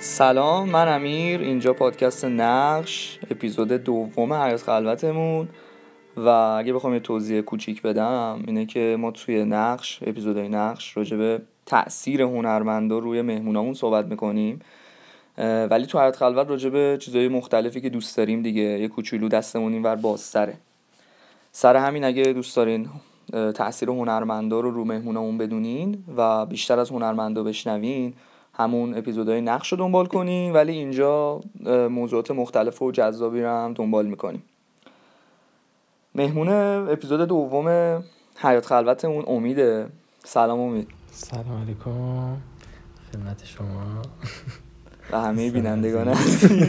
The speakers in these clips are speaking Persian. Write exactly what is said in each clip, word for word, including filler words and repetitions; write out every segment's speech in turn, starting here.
سلام، من امیر. اینجا پادکست نقش، اپیزود دوم حیات خلوتمون. و اگه بخوام یه توضیح کوچیک بدم اینه که ما توی نقش، اپیزودهای نقش، راجع به تأثیر هنرمندا روی مهمونامون صحبت میکنیم، ولی تو حیات خلوت راجع به چیزهای مختلفی که دوست داریم دیگه. یه کوچولو دستمون اینور بازتره. سر همین اگه دوست دارین تأثیر هنرمندا رو رو مهمونامون بدونین و بیشتر از هنرمندا بشنوین، همون اپیزودهای نقش رو دنبال کنین، ولی اینجا موضوعات مختلف و جذابی رو هم دنبال میکنیم. مهمون اپیزود دوم حیات خلوتمون امیده. سلام امید. سلام علیکم خدمت شما و همه بینندگان همه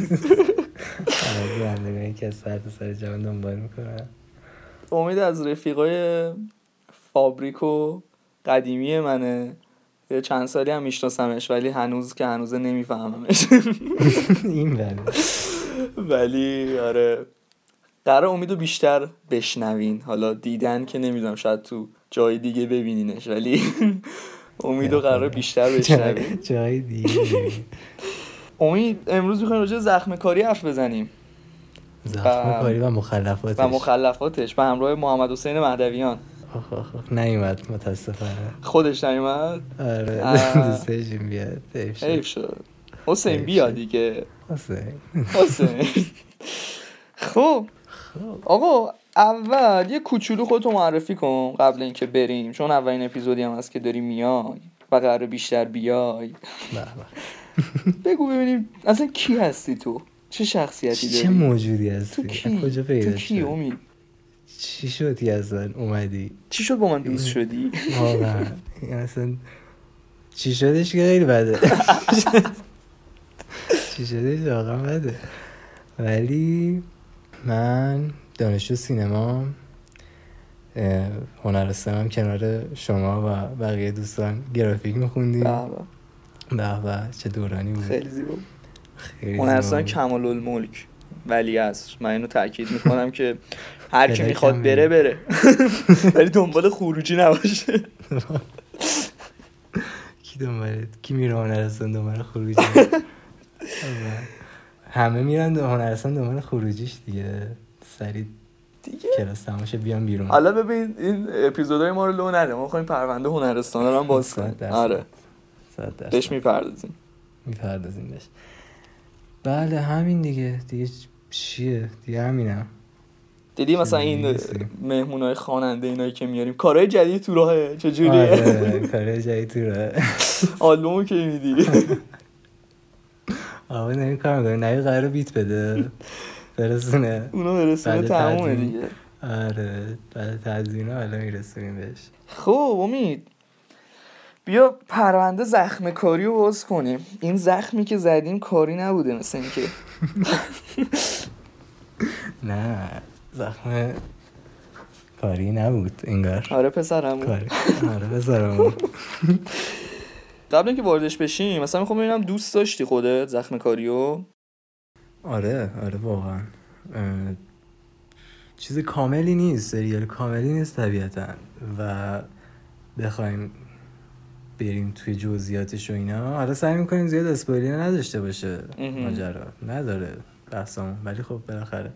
بینندگانی که از سر تا سر جهان دنبال میکنن. امید از رفیقای فابریک و قدیمی منه. یه چند سالی هم میشناسمش ولی هنوز که هنوز نمیفهممش. این بله. ولی آره، قرار امیدو بیشتر بشنوین. حالا دیدن که نمیدونم، شاید تو جای دیگه ببینینش، ولی امیدو قرار بیشتر بشنوین جای دیگه. امید، امروز میخوایم راجع به زخم کاری حرف بزنیم. زخم کاری و مخلفاتش و مخلفاتش به همراه محمد حسین مهدویان. آخ آخ آخ نیومد متاسفانه. خودش نیومد؟ آره دوست داشتیم بیاد. حیف شد. حسین بیا دیگه. حسین حسین خب آقا، اول یه کوچولو خودتو معرفی کن قبل اینکه بریم، چون اولین اپیزودی هم هست که داری میای و قراره بیشتر بیای. بگو ببینیم اصلا کی هستی تو؟ چه شخصیتی داری؟ چه موجودی هستی؟ تو کی؟ کجا پیدا تو کی امید؟ چی شدی اصلا اومدی؟ چی شد با من دوست شدی؟ واقعا اصلا چی شدش که خیلی بده. چی شدش واقعا بده. ولی من دانشجو سینما، هنرستانم کنار شما و بقیه دوستان گرافیک میخوندیم. به به چه دورانی بود. خیلی زیبا. هنرستان کمال الملک ولی عصر. من اینو تاکید میکنم که هر کی میخواد بره بره، ولی دنبال خروجی نباشه. کی دنبال کی میره هنرستان دنبال خروجی؟ همه میرن هنرستان دنبال خروجیش دیگه. سری دیگه کلاس تماشه بیان بیرون. حالا ببین این اپیزودهای ما رو لو نده، ما می‌خوایم پرونده هنرستان رو هم باز کنیم. آره بهش میپردازیم میپردازیم بهش. بله همین دیگه. دیگه چیه دیگه؟ همینم. دیدی مثلا این مهمونای خواننده اینایی که میاریم کارهای جدید تو راهه. چجوریه؟ آره کارهای جدید تو راهه. آلبومو که میدی آقا نمی کار میکنه. نوی قراره بیت بده برسونه اونو برسونه تمومه دیگه. آره بعد تدوینه حالا میرسونیم بهش. خب امید، بیا پرونده زخم کاری رو باز کنیم. این زخمی که زدیم کاری نبوده مثل این که. نه زخم کاری نبود انگار. آره پسرم کاری. آره پسرم. قبل اینکه واردش بشیم مثلا میخوام ببینم دوست داشتی خودت زخم کاریو؟ آره آره واقعا چیز کاملی نیست، سریال کاملی نیست طبیعتا و بخوایم بریم توی جزئیاتش و اینا. حالا سعی میکنیم زیاد اسپویلی نداشته باشه ماجرا، نداره بحثمون، ولی خب بالاخره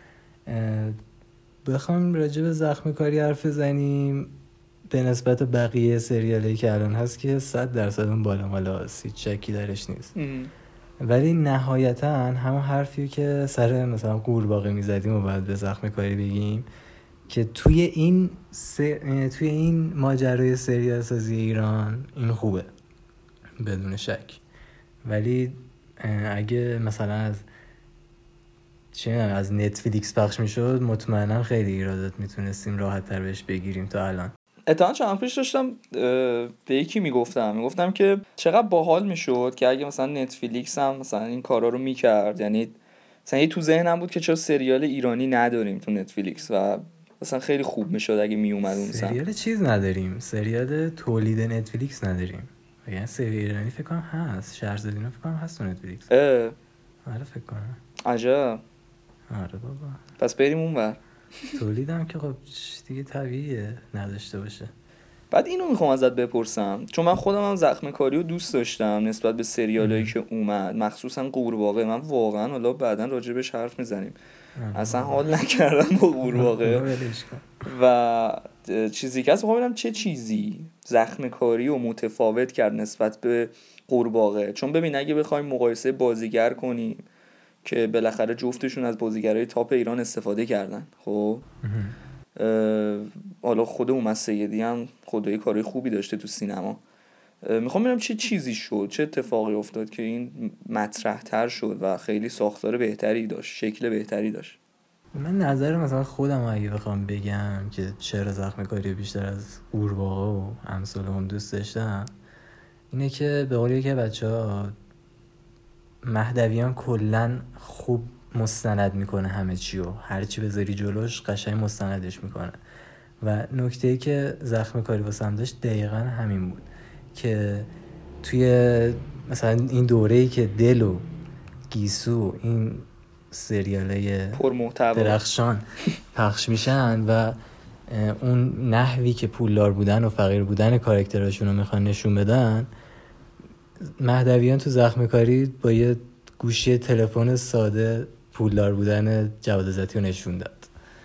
بخوایم راجع به زخم کاری حرف بزنیم به نسبت بقیه سریالی که الان هست که صد درصد اون بالا مالا هست، شکی درش نیست. ولی نهایتا همون حرفی که سر مثلا قورباغه میزدیم و بعد به زخم کاری بگیم که توی این س... توی این ماجرای سریال سازی ایران این خوبه بدون شک. ولی اگه مثلا از چه از نتفلیکس پخش میشد مطمئنا خیلی ایرادات میتونستیم راحت تر بهش بگیریم تا الان. اتفاقا چند پیش داشتم به یکی میگفتم میگفتم که چقدر باحال میشد که اگه مثلا نتفلیکس هم مثلا این کارا رو میکرد. یعنی مثلا یه تو ذهنم بود که چرا سریال ایرانی نداریم تو نتفلیکس و مثلا خیلی خوب میشد اگه میومد اون سم. سریال چیز نداریم، سریال تولید نتفلیکس نداریم. یعنی سریال ایرانی فکر کنم هست، شهرزادینا فکر کنم هست تو نتفلیکس. اه آره فکر کنم. عجب. آره بابا. پس بریم اونور. تولیدم که خب دیگه طبیعیه نداشته باشه. بعد اینو میخوام ازت بپرسم، چون من خودم هم زخم کاری رو دوست داشتم نسبت به سریالایی که اومد، مخصوصا قورباغه. من واقعا حالا بعدن راجبش حرف میزنیم، اصلا حال نکردم با قورباغه. و چیزی که هست میخوام ببینم چه چیزی زخم کاری رو متفاوت کرد نسبت به قورباغه. چون ببین اگه بخوایم مقایسه بازیگر کنیم که بالاخره جفتشون از بازیگرای تاپ ایران استفاده کردن، خب حالا خود اومد سیدی هم خدایی کاری خوبی داشته تو سینما. میخوام ببینم چه چیزی شد، چه اتفاقی افتاد که این مطرح تر شد و خیلی ساختار بهتری داشت، شکل بهتری داشت. من نظر مثلا خودم اگه بخوام بگم که چرا زخم کاری بیشتر از قورباغه و امثال اون دوست داشتم، اینه که به قول که بچه‌ها مهدویان کلن خوب مستند میکنه همه چی و هر چی بذاری جلوش قشنگ مستندش میکنه. و نکته‌ای که زخم کاری واسم داشت دقیقاً همین بود که توی مثلا این دوره‌ای که دل و گیسو این سریالای پرمحتوا درخشان پخش میشن و اون نحوی که پولدار بودن و فقیر بودن کاراکتراشون رو میخوان نشون بدن، مهدویان تو زخم کاری با یه گوشی تلفن ساده پولدار بودن جواد عزتی رو نشون داد.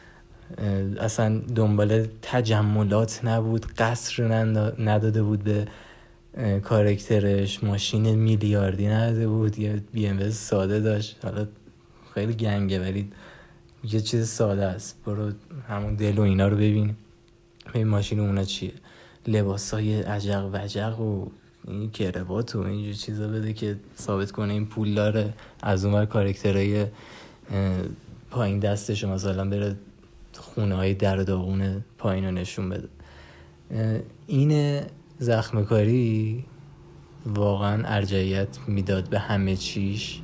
اصلا دنبال تجملات نبود، قصر نداده بود به کاراکترش، ماشین میلیاردی نداده بود، یه بی ام دبلیو ساده داشت، حالا خیلی گنگه ولی یه چیز ساده است. برو همون دل و اینا رو ببین، ببین ماشین اونا چیه، لباسای عجق وجق و این کروات و اینجور چیزا بده که ثابت کنه این پول داره. از اونور کاراکترهای پایین دستش مثلا بره خونه های در داغون پایین رو نشون بده. این زخم کاری واقعا ارجحیت میداد به همه چیش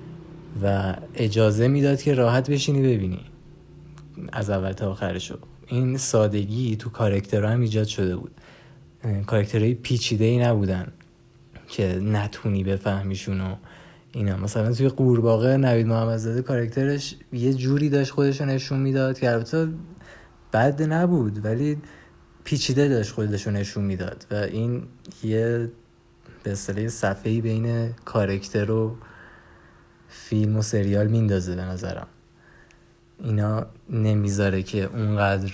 و اجازه میداد که راحت بشینی ببینی از اول تا آخرشو. این سادگی تو کاراکترها هم ایجاد شده بود، کاراکترهای پیچیده‌ای نبودن که نتونی بفهمیشون و اینا. مثلا توی قورباغه نوید محمدزاده کاراکترش یه جوری داشت خودشو نشون میداد که البته بد نبود ولی پیچیده داشت خودشو نشون میداد و این یه به اصطلاح صفحه‌ای بین کاراکتر و فیلم و سریال میندازه. به نظرم اینا نمیذاره که اونقدر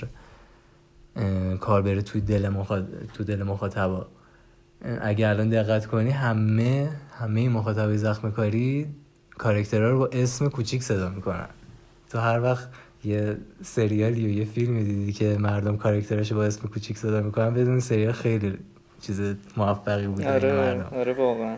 کار بره توی دل مخاطب تو دل مخاطبا. اگه الان دقت کنی همه همه مخاطبای زخم کاری کاراکترها رو با اسم کوچیک صدا میکنن. تو هر وقت یه سریالی و یه فیلمی دیدی که مردم کاراکتراشو با اسم کوچیک صدا میکنن، بدون سریال خیلی چیز موفقی بوده. آره مردم. آره واقعا.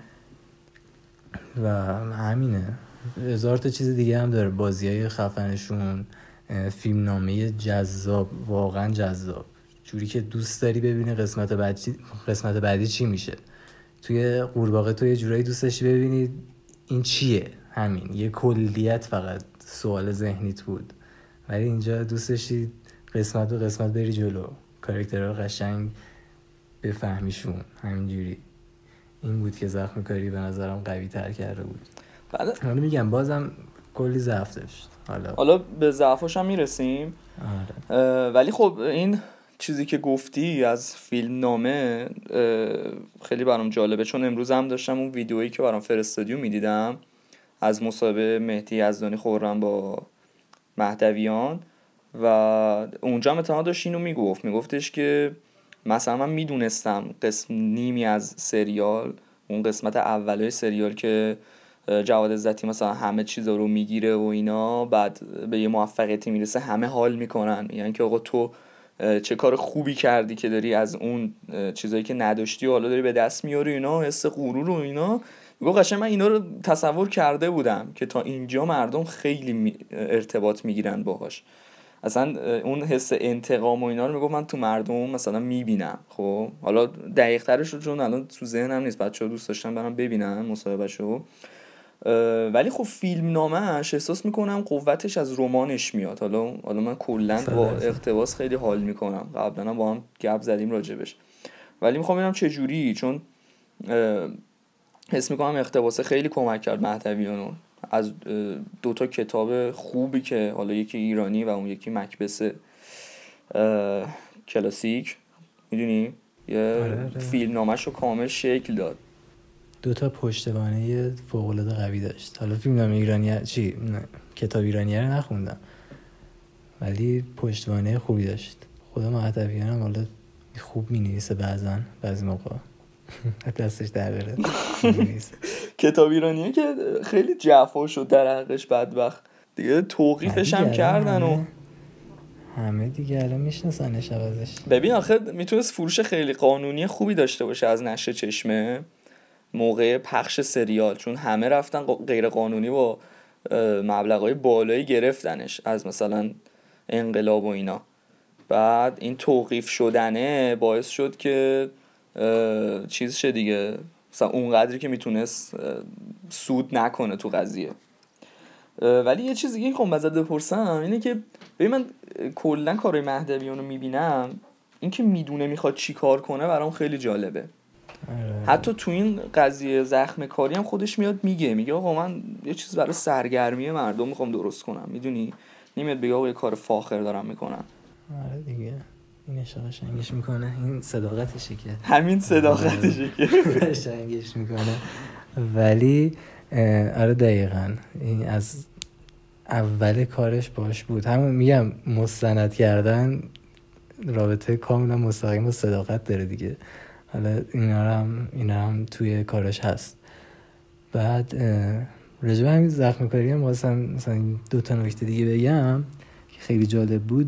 و همینه، هزار تا چیز دیگه هم داره، بازیای خفنشون، فیلم نامه جذاب، واقعا جذاب، جوری که دوست داری ببینی قسمت بعدی قسمت بعدی چی میشه. توی قورباغه تو یه جورایی دوست داشتی ببینی این چیه، همین یه کلیت فقط سوال ذهنیت بود، ولی اینجا دوست داشتی قسمت به قسمت بری جلو، کاراکترها قشنگ بفهمیشون. همینجوری این بود که زخم کاری به نظرم قوی تر کرده بود. بعد حالا میگم بازم کلی ضعف داشت. حالا حالا به ضعفاش هم میرسیم. آره. ولی خب این چیزی که گفتی از فیلم نامه خیلی برام جالبه، چون امروز هم داشتم اون ویدیویی که برام فرستادی رو میدیدم از مصاحبه مهدی یزدانی خرم با مهدویان و اونجا هم اتفاقا داشت اینو میگفت میگفتش که مثلا من میدونستم قسم نیمی از سریال، اون قسمت اولای سریال که جواد عزتی مثلا همه چیزا رو میگیره و اینا، بعد به یه موفقیتی میرسه همه حال میکنن، یعنی که آقا تو چه کار خوبی کردی که داری از اون چیزایی که نداشتی و حالا داری به دست میاری اینا، حس غرور و اینا. میگه قشنگ من اینا رو تصور کرده بودم که تا اینجا مردم خیلی می ارتباط میگیرن باهاش، اصلا اون حس انتقام و اینا رو میگم من تو مردم مثلا میبینم. خب حالا دقیق ترش رو چون الان تو ذهنم نیست، بچه‌ها دوست داشتن برام ببینن مصاحبهشو، ولی خب فیلم نامه‌اش احساس میکنم قوتش از رمانش میاد. حالا حالا من کلا با اقتباس خیلی حال میکنم، قبلا هم با هم گپ زدیم راجبش، ولی میخوام ببینم چه جوری، چون حس میکنم اقتباس خیلی کمک کرد مهدویانو از دوتا کتاب خوبی که حالا یکی ایرانی و اون یکی مکبث کلاسیک، میدونی یه آره آره. فیلم نامش رو کامل شکل داد. دو تا پشتوانه فوق‌العاده قوی داشت. حالا فیلم نام ایرانی چی نه. کتاب ایرانی رو نخوندم ولی پشتوانه خوبی داشت. خدا مهدویان هم حالا خوب می‌نویسه بعضن بعضی موقع دستش در بره می‌نویسه. کتاب ایرانیه که خیلی جفا شد در حقش بدبخت دیگه، توقیفش هم کردن و همه دیگه الان میشناسنش عوضش. ببین آخه میتونست فروش خیلی قانونی خوبی داشته باشه از نشر چشمه موقع پخش سریال، چون همه رفتن غیر قانونی با مبلغای بالایی گرفتنش از مثلا انقلاب و اینا. بعد این توقیف شدنه باعث شد که چیز شه دیگه، مثلا اونقدری که میتونست سود نکنه تو قضیه. ولی یه چیز دیگه که خواهم ازت بپرسم اینه که ببین من کلا کارهای مهدویان رو میبینم، این که میدونه میخواد چی کار کنه برام خیلی جالبه. حتی تو این قضیه زخم کاری هم خودش میاد میگه میگه آقا من یه چیز برای سرگرمی مردم میخوام درست کنم، میدونی، نمیاد بگه آقا یه کار فاخر دارم میکنم. آره دیگه این اشتاقش انگیش میکنه، این صداقتشه که همین صداقتشه که انگیش میکنه. ولی آره دقیقاً این از اول کارش باش بود. همون میگم مستند کردن رابطه کاملا مستقیم با صداقت داره دیگه. حالا اینا هم اینا هم توی کارش هست. بعد راجع به همین زخم کاری هم واسه مثلا دو تا نکته دیگه بگم که خیلی جالب بود.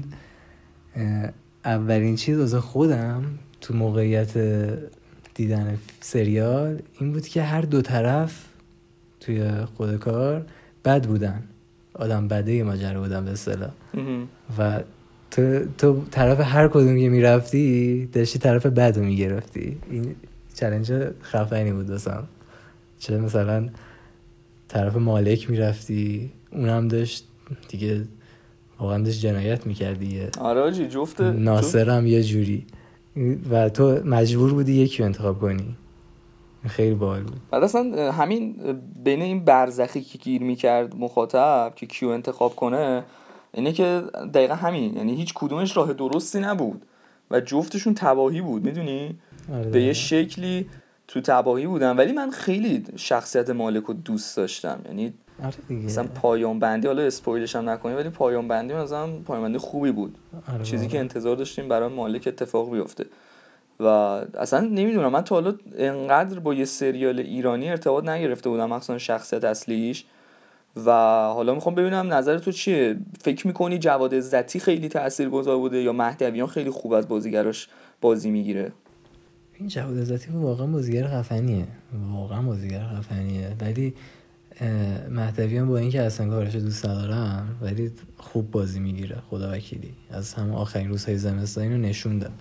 اولین چیز واسه خودم تو موقعیت دیدن سریال این بود که هر دو طرف توی خود کار بد بودن، آدم بده ماجرا بودن به اصطلاح، و تو تو طرف هر کدوم که میرفتی داشتی طرف بد رو میگرفتی. این چالش خفنی بود واسم. چه مثلا طرف مالک میرفتی اونم داشت دیگه واقعا داشت جنایت میکرد دیگه. آره آجی جفت ناصر هم یه جوری و تو مجبور بودی یکی رو انتخاب کنی. خیلی باحال بود. بعد اصلا همین بین این برزخی که گیر میکرد مخاطب که کیو انتخاب کنه اینه که دقیقا همین، یعنی هیچ کدومش راه درستی نبود و جفتشون تباهی بود، میدونی؟ آره به یه شکلی تو تباهی بودن. ولی من خیلی شخصیت مالک رو دوست داشتم، یعنی آره دیگه. مثلا پایان بندی، حالا اسپویلش هم نکنیم ولی پایان بندی مثلا پایان بندی خوبی بود. آره چیزی بابا. که انتظار داشتیم برای مالک اتفاق بیفته. و اصلا نمیدونم من تا حالا انقدر با یه سریال ایرانی ارتباط نگرفته بودم مخصوصا شخصیت اصلیش. و حالا میخوام ببینم نظر تو چیه؟ فکر میکنی جواد عزتی خیلی تاثیرگذار بوده یا مهدویان خیلی خوب از بازیگراش بازی میگیره؟ این جواد عزتی واقعا بازیگر خفنیه، واقعا بازیگر خفنیه. ولی مهدویان با اینکه اصلا کارش دوست ندارم ولی خوب بازی میگیره، خدا وکیلی. از همون آخرین روزهای زمستان اینو نشون داد.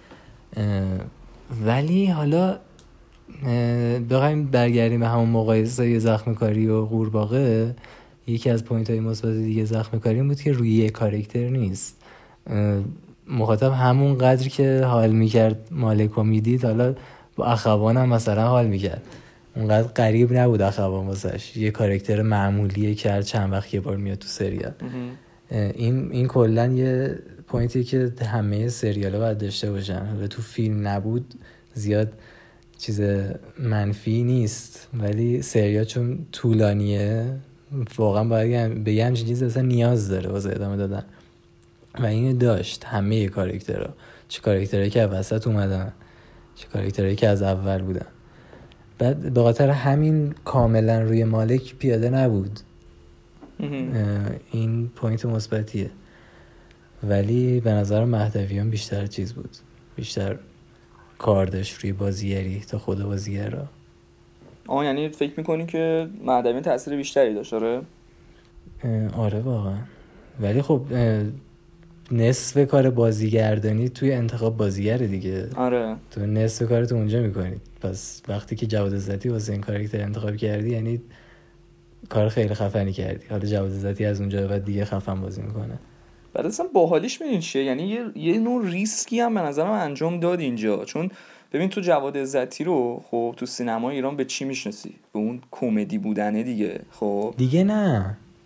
ولی حالا بخوایم برگردیم به همون مقایسه زخم کاری و قورباغه، یکی از پوینت های مثبت دیگه زخم کاری بود که روی یک کاراکتر نیست. مخاطب همون قدر که حال میکرد مالکو میدید حالا با اخوان هم مثلا حال میکرد، اونقدر غریب نبود اخوان واسش. یه کاراکتر معمولیه که هر چند وقت یه بار میاد تو سریال. این این کلا یه پوینتی که همه سریالا باید داشته باشن. حالا تو فیلم نبود زیاد چیز منفی نیست، ولی سریال چون طولانیه واقعا باید به یه همچین چیز اصلا نیاز داره واسه ادامه دادن و اینو داشت همه کاراکترها. چه کاراکترهایی که وسط اومدن، چه کاراکترهایی که از اول بودن. بعد به خاطر همین کاملا روی مالک پیاده نبود. این پوینت مثبتیه. ولی به نظر مهدویان بیشتر چیز بود، بیشتر کار داشت روی بازیگری تا خود بازیگرا. آه یعنی فکر میکنی که مهدویان تاثیر بیشتری داشت؟ آره آره واقعا. ولی خب نصف کار بازیگردانی توی انتخاب بازیگر دیگه. آره تو نصف کارتو اونجا میکنی. پس وقتی که جواد عزتی واسه این کاراکتر انتخاب کردی یعنی کار خیلی خفنی کردی. حالا جواد عزتی از اونجا بعد دیگه خفن بازی میکنه. بعد اصلا باحالیش میدین چیه؟ یعنی یه یه نوع ریسکی هم به نظرم انجام داد اینجا. چون ببین تو جواد عزتی رو خب تو سینمای ایران به چی میشناسی؟ به اون کمدی بودنه دیگه. خب دیگه نه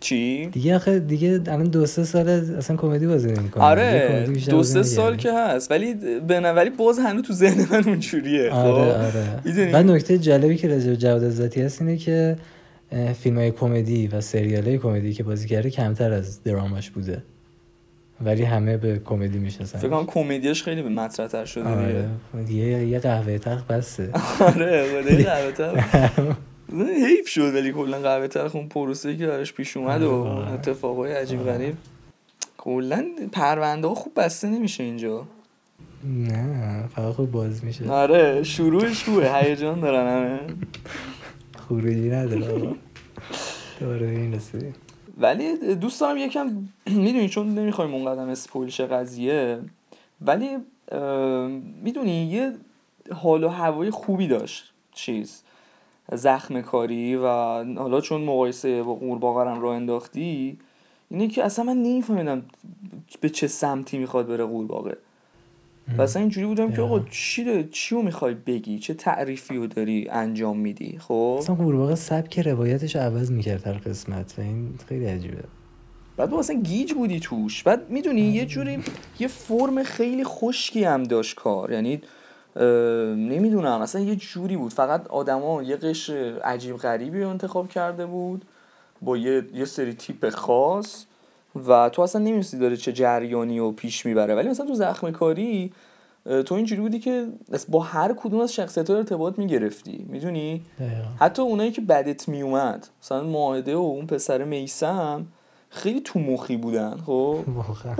چی؟ دیگه آخه دیگه الان دو سه سال اصلا کمدی بازی نمی‌کنه. آره دو سه سال که هست ولی بنابراین باز هنوز تو ذهن من اونجوریه. آره آره. بعد نکته جالبی که راجع به جواد عزتی هست اینه که فیلم‌های کمدی و سریال‌های کمدی که بازی کرده کمتر از دراماش بوده ولی همه به کمدی میشناسن. فکر کنم کمدیاش خیلی به مطرح‌تر شده. آره دیگه یه قهوه تلخ بسه. آره خدای قهوه تلخ حیف شد ولی کلا قهوه تلخ اون پروسه‌ای که براش پیش اومد و اتفاقای عجیب غریب کلا پرونده ها خوب بسته نمیشه اینجا. نه فقط خوب باز میشه. آره شروعش خوبه هیجان دارن همه خروجی نداره دوباره این رسیدیم. ولی دوست دارم یکم میدونی چون نمیخوایم اون قدم اسپویل شه قضیه ولی میدونی یه حال و هوای خوبی داشت چیز زخم کاری و حالا چون مقایسه با قورباغه رو انداختی اینه که اصلا من نمیفهمیدم به چه سمتی میخواد بره قورباغه و اصلا اینجوری بودم که آقا چی ده چی رو میخوای بگی چه تعریفی رو داری انجام میدی. خب اصلا قورباغه سبک روایتش عوض میکرد هر قسمت و این خیلی عجیبه. بعد با اصلا گیج بودی توش. بعد میدونی یه جوری یه فرم خیلی خشکی هم داشت کار یعنی نمیدونم اصلا یه جوری بود فقط آدما یه قشر عجیب غریبی رو انتخاب کرده بود با یه یه سری تیپ خاص و تو اصلا نمی‌دونستی داره چه جریانی رو پیش میبره. ولی مثلا تو زخم کاری تو اینجوری بودی که با هر کدوم از شخصیت‌ها ارتباط میگرفتی میدونی حتی اونایی که بدت میومد مثلا ماهده و اون پسر میثم خیلی تو مخی بودن. خب واقعا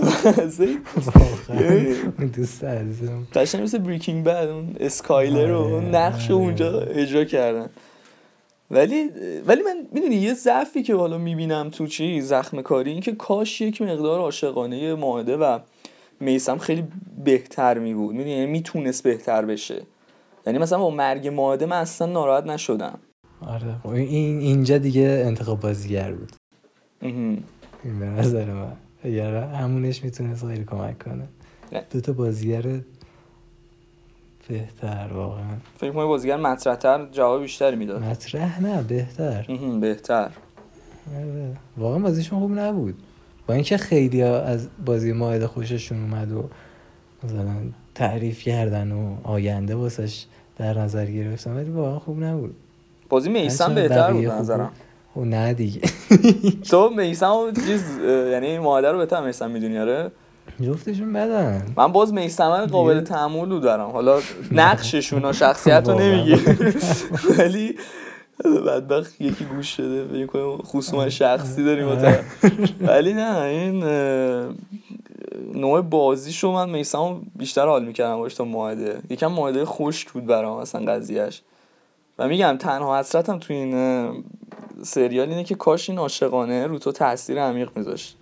واقعا دوست عزیزم قشنگ مثل بریکینگ بد اون اسکایلر رو نقش اونجا اجرا کردن. ولی ولی من میدونی یه ضعفی که حالا میبینم تو چی زخم کاری این که کاش یک مقدار عاشقانه ماهده و میثم خیلی بهتر میبود میدونی یعنی میتونست بهتر بشه. یعنی مثلا با مرگ ماهده من اصلا ناراحت نشدم. آره این اینجا دیگه انتخاب بازیگر بود این به نظر من اگر همونش میتونست خیلی کمک کنه. دو تا بازیگر بهتر واقعا فکر کنم بازیگر مطرح‌تر جواب بیشتری میداد. مطرح نه بهتر بهتر آره واقعا بازیشون خوب نبود با اینکه خیلی ها از بازی ماهده خوششون اومد و مثلا تعریف کردن و آینده واسش در نظر گرفتن ولی واقعا خوب نبود. بازی میثم بهتر بود نظرم. او نه دیگه تو میثم چیز یعنی ماهده رو بهتر میثم میدونی؟ آره جفتشون بدن. من باز میثم قابل تحمل رو دارم حالا نقششون و شخصیت رو نمیگی ولی بدبخت یکی گوش شده فکر کنم خصومت شخصی داریم ولی نه این نوع بازیشو من میثم بیشتر حال میکردم باش تا ماهده. یکم ماهده خشک بود برام اصلا قضیهش و میگم تنها حسرتم تو این سریال اینه که کاش این عاشقانه رو تو تاثیر عمیق میذاشت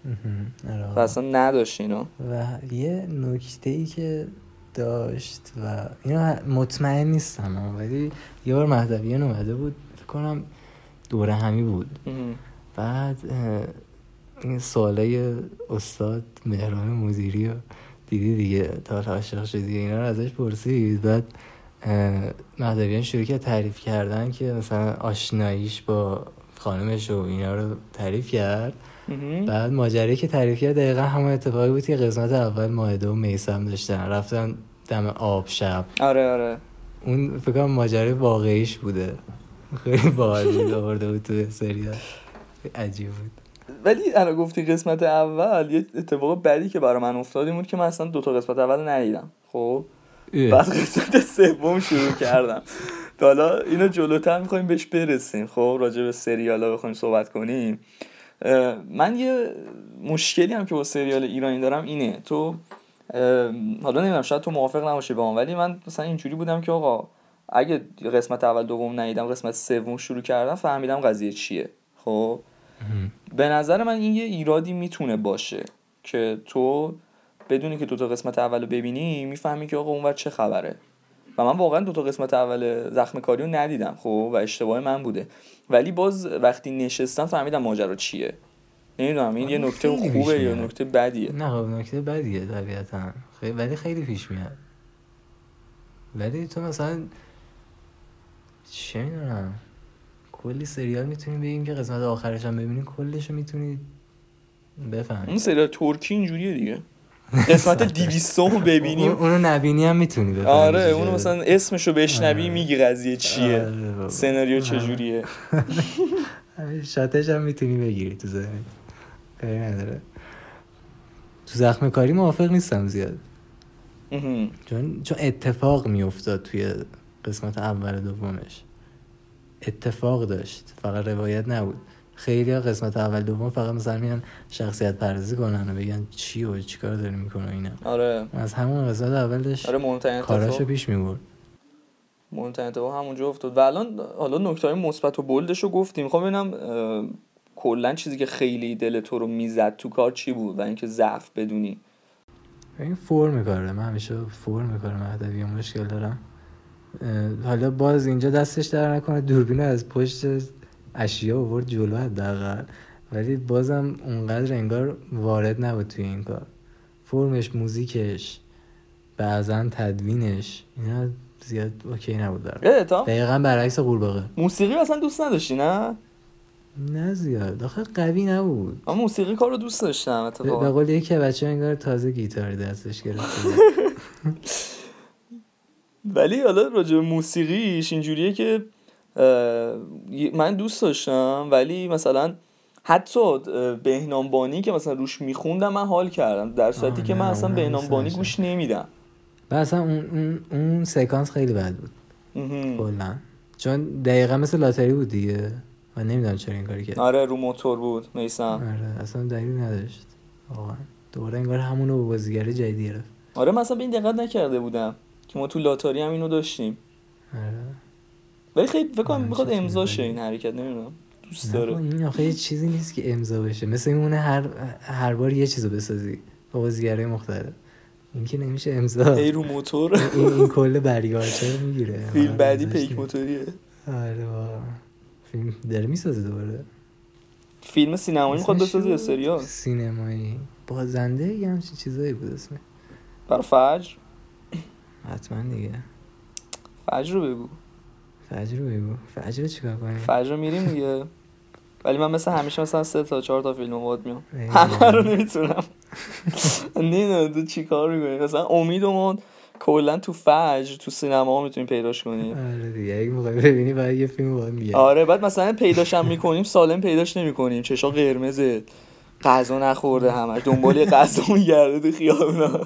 و اصلا نداشت اینو. و یه نکته‌ای که داشت و اینو مطمئن نیستم ولی یه بار مهدویان اومده بود فکر کنم دوره همی بود بعد این سوالای استاد مهران مدیری رو دیدی دیگه تا عاشق شدی اینا رو ازش پرسید. بعد مهدویان شروع کرد تعریف کردن که مثلا آشناییش با خانمش و اینا رو تعریف کرد. بعد ماجرایی که تعریف کرد دقیقا همون اتفاقی بود که قسمت اول ماهده و میثم داشتن رفتن دم آب شب. آره آره اون فکر کنم ماجرای واقعیش بوده. خیلی باحال بود آورده بود تو سریال عجیب بود. ولی الان گفتی قسمت اول یه اتفاق بدی که برای من افتاد این بود که من اصلا دو تا قسمت اول ندیدم. خب بعد قسمت سوم شروع کردم. حالا اینو جلوتر می‌خوایم بهش برسیم. خب راجع به سریالا بخوایم صحبت کنیم. من یه مشکلی هم که با سریال ایرانی دارم اینه تو حالا نمیدونم شاید تو موافق نباشی با من ولی من مثلا اینجوری بودم که آقا اگه قسمت اول دوم ندیدم قسمت سوم شروع کردم فهمیدم قضیه چیه. خب به نظر من این یه ایرادی میتونه باشه که تو بدونی که دو تا قسمت اولو ببینی میفهمی که آقا اونور چه خبره و من واقعا دو تا قسمت اول زخم کاری رو ندیدم خب و اشتباه من بوده ولی باز وقتی نشستم فهمیدم ماجرا چیه. نمیدونم این یه نکته خوبه یا نکته بدیه. نه خب نکته بدیه طبیعتا خیلی ولی خیلی پیش میاد. ولی تو مثلا چه میدونم کلی سریال میتونیم بگیم که قسمت آخرش هم ببینید کلش رو میتونید بفهمید. اون سریال ترکی اینجوریه دیگه، قسمت دویستم رو ببینیم اونو نبینی هم میتونی بفهمی. آره اونو مثلا اسمشو بشنوی میگی قضیه چیه، آره سناریو چجوریه. شاتش هم میتونی بگیری تو ذهنت، کاری نداره. تو زخم کاری موافق نیستم زیاد چون چون اتفاق میافتاد توی قسمت اول دومش، اتفاق داشت، فقط روایت نبود. خیلی ها قسمت اول دوم فقط مثلا میان شخصیت پردازی کنن و بگن چی و چی کار داری میکنه اینا. آره از همون قسمت اول داشت آره کاراشو پیش میبرد، مهمترین اتفاق همونجا افتاد. و الان حالا نکته‌های مثبت و بولدشو گفتیم، میخوام ببینم کلا چیزی که خیلی دل تو رو میزد تو کار چی بود و اینکه ضعف بدونی. این فرم کاره، من همیشه فرم کاره مهدوی مشکل دارم. حالا باز اینجا دستش در نکنه دوربین از پشت اشیا آورد جلو حداقل، ولی بازم اونقدر انگار وارد نبود توی این کار. فرمش، موزیکش، بعضن تدوینش اینا زیاد اوکی نبود برام. دقیقاً برعکس قورباغه. موسیقی اصلا دوست نداشتی نه؟ نه زیاد، آخه قوی نبود. من موسیقی کارو دوست داشتم اتفاقا. به قول یکی بچه‌ها انگار تازه گیتار دستش گرفته. ولی حالا راجع به موسیقیش اینجوریه که من دوست داشتم، ولی مثلا حتی بهنام بانی که مثلا روش میخوندم من حال کردم، در صورتی که من اصلا بهنام بانی گوش نمیدم. اصلا اون اون اون سکانس خیلی بد بود کلا، چون دقیقا مثل لاتاری بود دیگه. من نمیدونم چرا این کاری کرد. آره رو موتور بود میسم. آره اصلا دلیل نداشت واقعا. دوباره انگار همونو با بازیگر جدید گرفت. آره مثلا به این دقت نکرده بودم که ما تو لاتاری هم اینو داشتیم. آره ولی خیلی فکر کنم میخواد امضا شه این حرکت، نمیدونم دوست داره. این آخه یه چیزی نیست که امضا بشه، مثل میمونه هر هر بار یه چیزو بسازی با بازیگرای مختلف. این که نمیشه امضا. ای رو موتور این, این کل بریگارچه میگیره. فیلم بعدی پیک موتوریه. آره واقعا فیلم داره میسازه دوباره. فیلم سینمایی میخواد بسازه یا سریال؟ سینمایی بازنده یه همچین چیزایی بود اسمه. برای فجر؟ حتما دیگه. فجر رو بگو. فجر رو بگو. فجر رو چیکار کنیم؟ فجر رو میریم دیگه. ولی من مثلا همیشه مثلا سه تا چهار تا فیلم واد میام. همه رو نمیتونم. نه تو چیکار میکنی؟ مثلا امیدمون کلا تو فجر تو سینما میتونیم پیداش کنیم. آره دیگه اگه میخوای ببینی بعد یه فیلم باید میگه. آره بعد مثلا پیداش هم میکنیم سالم پیداش نمیکنیم، چشا قرمزه، غذا نخورده، همش دنبال غذا میگرده تو خیابونا.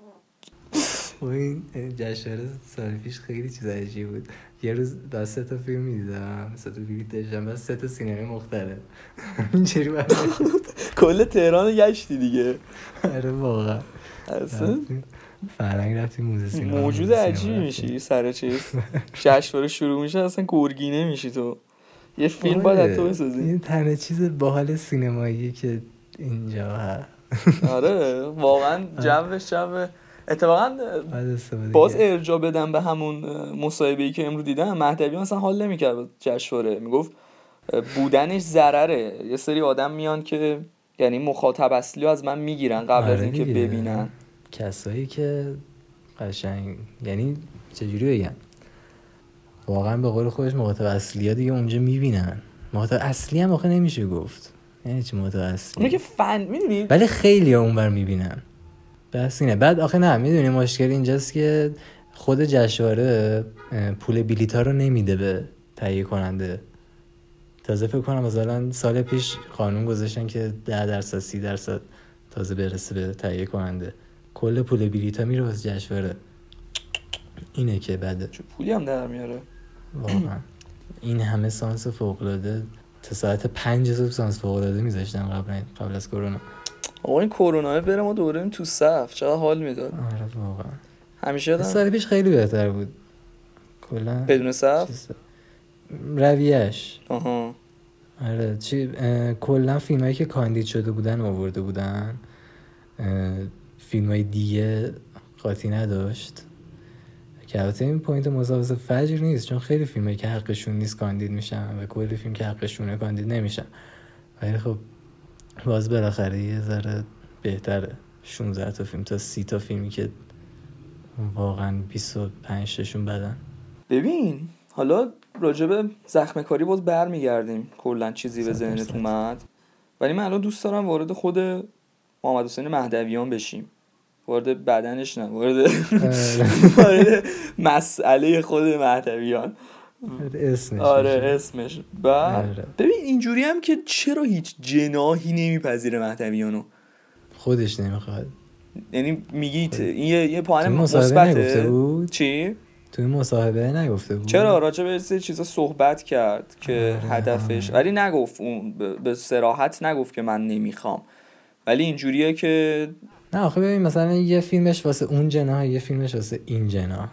و این جشنواره سال پیش خیلی چیز عجیبی بود. یه روز بس سه تا فیلم میدیدم، سه تا بلیط داشتم، بس سه تا سینما مختلف. اینجوری بود. کل تهران گشتی دیگه. آره واقعا. اصلا فرنگ رفتی موزه سینما. موجود عجیبی میشی سر چیز. جشنواره شروع میشه اصلا گرگینه میشی تو. یه فیلم باید تو بسازی. این تنها چیز باحال سینمایی که اینجا هست. آره واقعا جوش جو. اتفاقا باز ارجاع بدم به همون مصاحبه‌ای که امروز دیدم، مهدوی مثلا حال نمی‌کرد جشنواره، میگفت بودنش ضرره. یه سری آدم میان که یعنی مخاطب اصلی از من میگیرن قبل آره از اینکه ببینن. کسایی که قشنگ یعنی چجوری بگم، واقعا به قول خودش مخاطب اصلی ها دیگه اونجا میبینن. مخاطب اصلی هم واقعا نمیشه گفت، یعنی چی مخاطب اصلی؟ اونه که فن میدونی، ولی خیلی ها اونور میبینن. بس اینه. بعد آخه نه میدونی مشکل اینجاست که خود جشنواره پول بلیط‌ها رو نمیده به تهیه کننده. تازه فکر کنم مثلا سال پیش قانون گذاشتن که ده درصد سی درصد تازه برسه به تهیه کننده. کل پول بلیط‌ها میره واسه جشنواره. اینه که بده. چه پولی هم در میاره واقعا. این همه سانس فوق‌العاده تا ساعت پنج صبح سانس فوق‌العاده میذاشتن قبل قبل از کرونا. آقا این کرونا بره ما دوباره این تو صف چقدر حال میداد. آره واقعا. همیشه یادم سال پیش خیلی بهتر بود. کلا بدون صف رویش. آها. آره چی کلا فیلمایی که کاندید شده بودن آورده بودن، فیلمای دیگه قاطی نداشت. که البته این پوینت مسابقه فجر نیست، چون خیلی فیلمایی که حقشون نیست کاندید میشن و کلی فیلم که حقشونه کاندید نمیشن. ولی خب باز بالاخره یه ذره بهتره شانزده تا فیلم تا سی تا فیلمی که واقعا بیست و پنج تاشون بدن. ببین حالا راجب زخم کاری باز برمیگردیم، کلا چیزی به ذهنت اومد. ولی من الان دوست دارم وارد خود محمد حسین مهدویان بشیم، وارد بدنش نه، وارد وارد مسئله خود مهدویان، اسمش. آره اسمش. بعد ببین اینجوری هم که چرا هیچ جناحی نمیپذیره مهدویانو، خودش نمیخواد، یعنی میگی این یه یه پوان مثبته. چی تو این مصاحبه نگفته بود؟ چرا راجع به سه چیزا صحبت کرد که آه هدفش، ولی نگفت اون به صراحت نگفت که من نمیخوام، ولی اینجوریه که نه آخه ببین مثلا یه فیلمش واسه اون جناح، یه فیلمش واسه این جناح،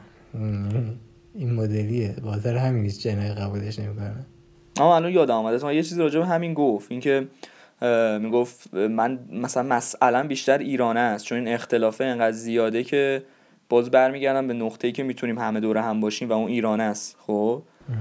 این مدلیه، بازار همین هیچ جناحی قبولش نمیکنه. اما الان یادم اومد من یه چیزی راجع به همین گفت، اینکه میگفت من مثلا مسئله بیشتر ایرانه است، چون این اختلافه اینقدر زیاده که باز برمیگردم به نقطه‌ای که میتونیم همه دوره هم باشیم و اون ایرانه است. خب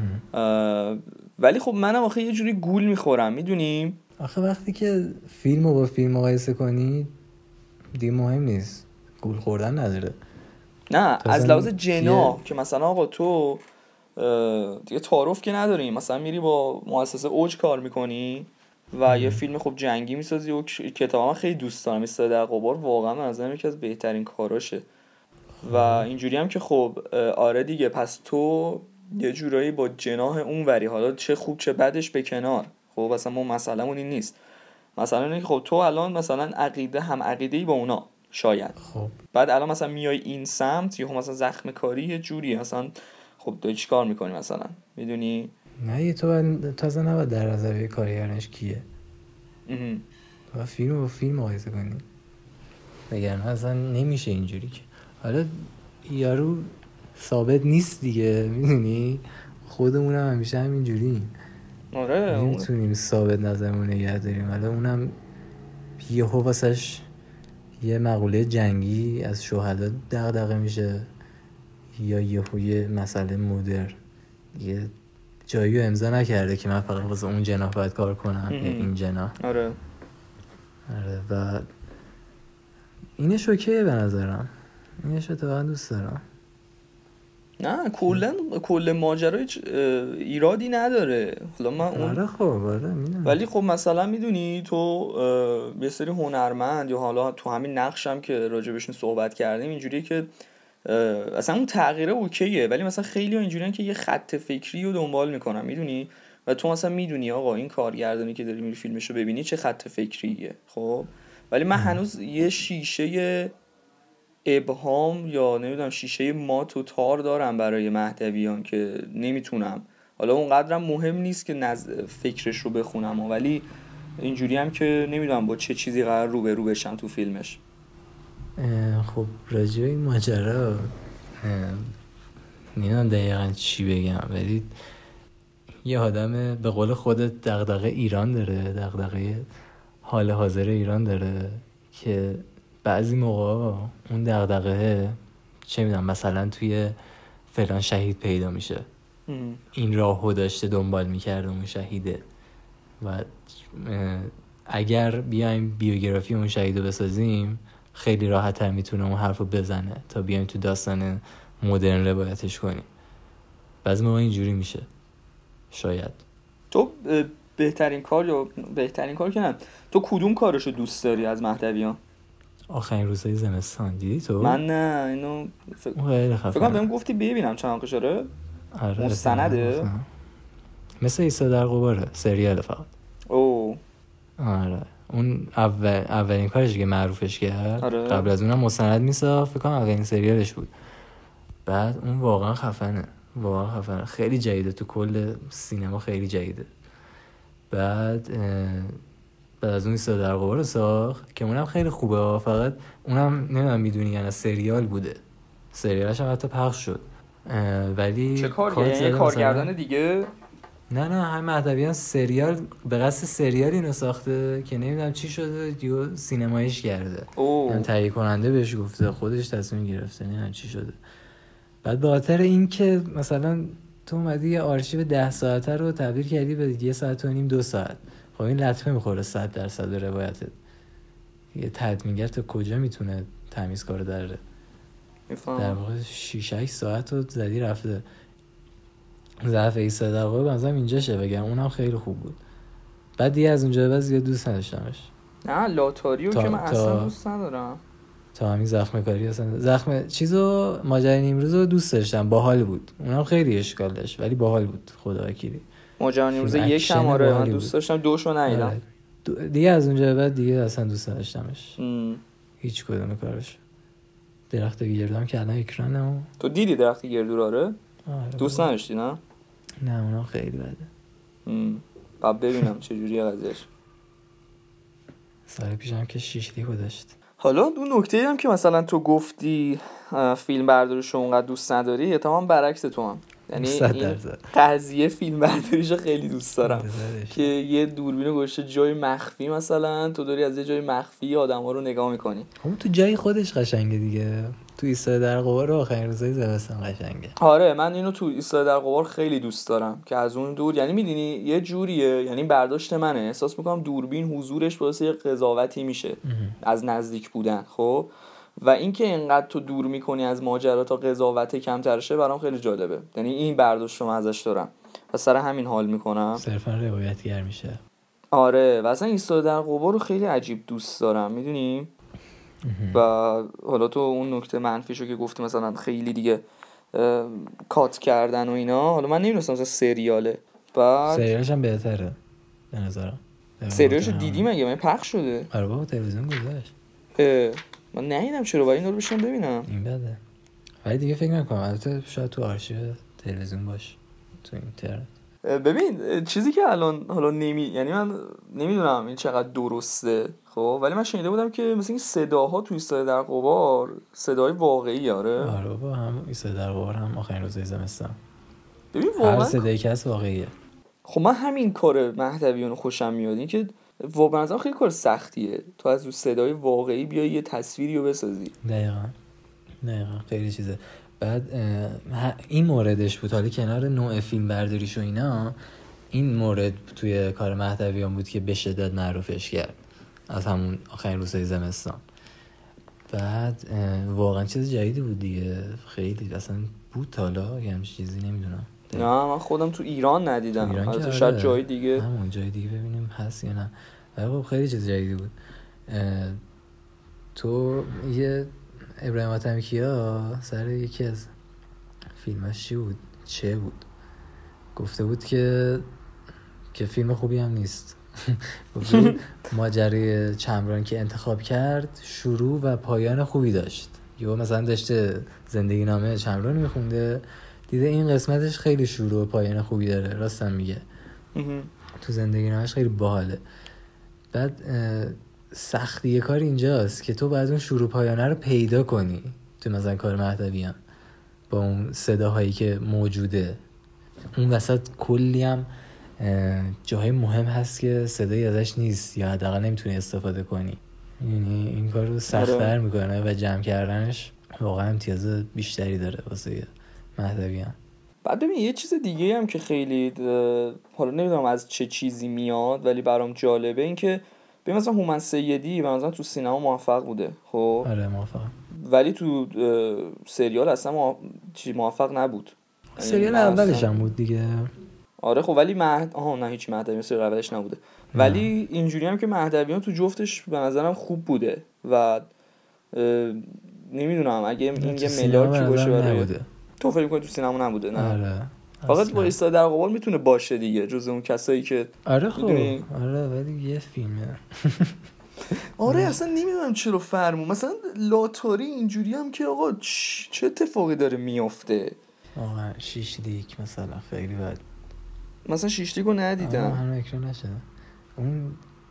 ولی خب منم آخه یه جوری گول میخورم، میدونیم آخه وقتی که فیلمو با فیلم مقایسه کنی دیگه مهم نیست، گول خوردن نداره. نه از لحاظ جنا که مثلا آقا تو دیگه تعارف که نداریم، مثلا میری با مؤسسه اوج کار میکنی و ام. یه فیلم خوب جنگی میسازی و کتابا خیلی دوست دارم، استاد در قبار واقعا من از نظرم یکی از بهترین کاراشه و اینجوری هم که خب آره دیگه، پس تو یه جورایی با جناح اون وری، حالا چه خوب چه بدش به کنار، خب اصلا ما مسئله‌مون این نیست، مثلا اینه که خب تو الان مثلا عقیده هم عقیده‌ای با اونا شاید، خب بعد الان مثلا میای این سمت یا مثلا زخم کاری یه جوری مثلا خب تو چیکار می‌کنی مثلا، میدونی؟ نه یه تو تازه نباید در نظر کارگردانش کیه، تو فیلم با فیلم مقایسه کنی، وگرنه اصلا نمیشه اینجوری که حالا یارو ثابت نیست دیگه، میدونی خودمون هم همیشه همینجوریم، آره نمیتونیم ثابت نظرمون نگه داریم. حالا اونم یهو واسش یه مقوله جنگی از شهدا دغدغه میشه یا یهو یه مسئله مدرن یه جایی رو امضا نکرده که من فقط واسه اون جناح باید کار کنم یا این جناح. آره آره و اینش اوکیه به نظرم، اینش رو واقعا دوست دارم. نه کلا کل ماجرا هیچ ایرادی نداره، حالا من اون آره خب آره میدونم، ولی خب مثلا میدونی تو یه سری هنرمند یا حالا تو همین نقشم که راجبشون صحبت کردیم اینجوریه که اصلا اون تغییره اوکیه، ولی مثلا خیلی ها اینجوریه که یه خط فکری رو دنبال میکنن، میدونی، و تو مثلا میدونی آقا این کارگردانی که داری میری فیلمشو ببینی چه خط فکریه، خب ولی من هنوز یه شیشه ابهام یا نمیدونم شیشه مات و تار دارم برای مهدویان که نمیتونم، حالا اونقدرم مهم نیست که نز... فکرش رو بخونم، ولی اینجوری هم که نمیدونم با چه چیزی قرار رو به رو بشم تو فیلمش. خب راجع به این ماجرا نمیدونم دقیقاً چی بگم، ولی یه آدم به قول خودت دغدغه ایران داره، دغدغه حال حاضر ایران داره که بعضی موقع اون دغدغه چه میدونم مثلا توی فلان شهید پیدا میشه، ام. این راهو داشته دنبال میکرده اون شهیده و اگر بیایم بیوگرافی اون شهیدو بسازیم خیلی راحت تر میتونه اون حرفو بزنه تا بیایم تو داستان مدرن روایتش کنیم. بعضی موقع اینجوری میشه. شاید تو بهترین کار یا بهترین کار که نه، تو کدوم کارشو دوست داری از مهدویان؟ آخرین روزهای زمستان دیدی تو؟ من نه اینو فکر فکر کنم بهم گفتی ببینم چند قشاره. آره مستنده مثل ایسا در قباره سریال فقط. او آره اون اول اولین کارش که معروفش کرد. آره. قبل از اونم مستند میساخت، فکر کنم اولین سریالش بود. بعد اون واقعا خفنه، واقعا خفنه، خیلی جدیده تو کل سینما، خیلی جدیده. بعد بعد از اون ایسا در قباره ساخت که اونم خیلی خوبه، فقط اونم نمیدونم میدونی یعنی سریال بوده، سریالش هم حتی پخش شد. ولی چه کار یعنی کارگردان دیگه؟ نه نه همین مهدویان سریال به قصد سریالی اینو ساخته که نمیدونم چی شده دیگه سینماییش کرده، یعنی تهیه کننده بهش گفته، خودش تصمیم گرفته، نمیدونم چی شده. بعد به خاطر این که مثلا تو اومدی یه آرشیو ده ساعته رو تبدیل کردی به یه ساعت و نیم دو ساعت، خب این لطمه میخوره صد درصد به روایتت. یه تدوینگر تا کجا میتونه تمیزکار داره؟ در واقع شش هشت ساعت رو زدی رفته. ضعف ایستاده در قبار بنظرم اینجا شه، بگم اونم خیلی خوب بود. بعد دیگه از اونجا بعد زیاد دوست نداشتمش. نه لاتاریو که من اصلا دوست ندارم. تا همین زخم کاری اصلا زخم چیزو ماجرای نیمروزو دوست داشتم، باحال بود. اونم خیلی اشکال داشت ولی باحال بود خدا وکیلی. ماجرای نیمروز یک هم آره من دوست داشتم، دوشو ندیدم. آره. دو دیگه از اونجا بعد دیگه اصلا دوست نداشتمش. ام. هیچ کدوم کارش. درخت گردو که الان اکرانمو. تو دیدی درخت گردو رو؟ آره. دوست نداشتی نه؟ نه اونم خیلی بده. ام. بعد ببینم چه جوریه قضیهش. سال پیشم که شیش لیگو داشت. حالا اون نکته هم که مثلا تو گفتی فیلم برداریشو اونقدر دوست نداری، یا تمام برعکس تو هم. یعنی این قضیه فیلم برداریشو خیلی دوست دارم که یه دوربینو گذاشته جای مخفی، مثلا تو داری از یه جای مخفی آدما رو نگاه میکنی. اون تو جای خودش قشنگه دیگه. تو ایستاده در قبار رو آخرین روزای زمستون قشنگه. آره من اینو تو ایستاده در قبار خیلی دوست دارم که از اون دور، یعنی میدونی یه جوریه، یعنی برداشت منه، احساس میکنم دوربین حضورش باعث یه قضاوتی میشه از نزدیک بودن. خب و اینکه اینقدر تو دور میکنی از ماجرا تا قضاوت کمتر شه برام خیلی جالبه. یعنی این برداشت رو من ازش دارم و سر همین حال میکنم. صرفا روایتگر میشه. آره و اصلا ایستاده در قبار رو خیلی عجیب دوست دارم میدونی. و حالا تو اون نکته منفیشو که گفتی مثلا خیلی دیگه کات کردن و اینا، حالا من نمیدونستم مثلا سریاله. بعد سریالش هم بهتره به نظرم. سریالش دیدی مگه؟ من پخش شده. آره بابا تلویزیون گذاشت. من ندیدم چرا، ولی اینا رو بشم ببینم. این بده. ولی دیگه فکر نکنم، البته شاید تو آرشیو تلویزیون باشه تو اینترنت. ببین چیزی که الان حالا نمی یعنی من نمیدونم این چقدر درسته خب، ولی من شنیده بودم که مثلا این صداها تو ایستاده در قبار صدای واقعی. آره آره بابا هم ایستاده در قبار هم آخرین روزای زمستون. ببین واقعا هر صدایی که هست واقعیه. خب من همین کار مهدویان خوشم میاد، این که واقعا خیلی کار سختیه تو از اون صدای واقعی بیای یه تصویری رو بسازی. دقیقاً دقیقاً خیلی چیزه. بعد این موردش بود، حالا کنار نوع فیلم برداریش و اینا، این مورد توی کار مهدویان بود که به شدت معروفش کرد از همون آخرین روزهای زمستان. بعد واقعا چیز جدیدی بود دیگه، خیلی اصلا بود حالا یه همچین چیزی نمیدونم. نه من خودم تو ایران ندیدم، البته شاید جای دیگه همون جای دیگه ببینیم هست یا نه، ولی خیلی چیز جدیدی بود. تو یه ابراهیم حاتمیکیا سر یکی از فیلماش چی بود چه بود گفته بود که که فیلم خوبی هم نیست. گفته بود ماجرای چمران که انتخاب کرد شروع و پایان خوبی داشت. یا مثلا داشته زندگی نامه چمران میخونده، دیده این قسمتش خیلی شروع و پایان خوبی داره، راستم میگه تو زندگی نامش خیلی باحاله. بعد سختی کار اینجاست که تو باید اون شروع پایانه رو پیدا کنی تو مثلا کار مهدویان با اون صداهایی که موجوده. اون وسط کلی هم جاهای مهم هست که صدایی ازش نیست یا حداقل نمیتونی استفاده کنی. یعنی این کار رو سخت‌تر میکنه و جمع کردنش واقعا امتیاز بیشتری داره واسه مهدویان. بعد ببین یه چیز دیگه هم که خیلی حالا نمیدونم از چه چیزی میاد ولی برام جالبه، این که ببین مثلا هومن سیدی مثلا تو سینما موفق بوده خب، آره موفق، ولی تو سریال اصلا موفق نبود. سریال اولش هم بود دیگه. آره خب ولی مهد آها نه هیچ مهدویان سریال اولش نبوده نه. ولی اینجوری هم که مهدویان تو جفتش به نظرم خوب بوده و نمیدونم اگه این یه ملاکی باشه برای تو فکر می‌کنی تو سینما نبوده؟ نه آره فقط با ایستاده در قبار میتونه باشه دیگه، جز اون کسایی که آره خب میدونی... آره ولی یه فیلمه. آره اصلا نمیدونم چرا فرمون مثلا لاتاری اینجوری هم که آقا چه اتفاقی داره میفته. آقا شیش لیک مثلا خیلی بد، مثلا شیش لیکو ندیدم هنوز اکران نشده. اون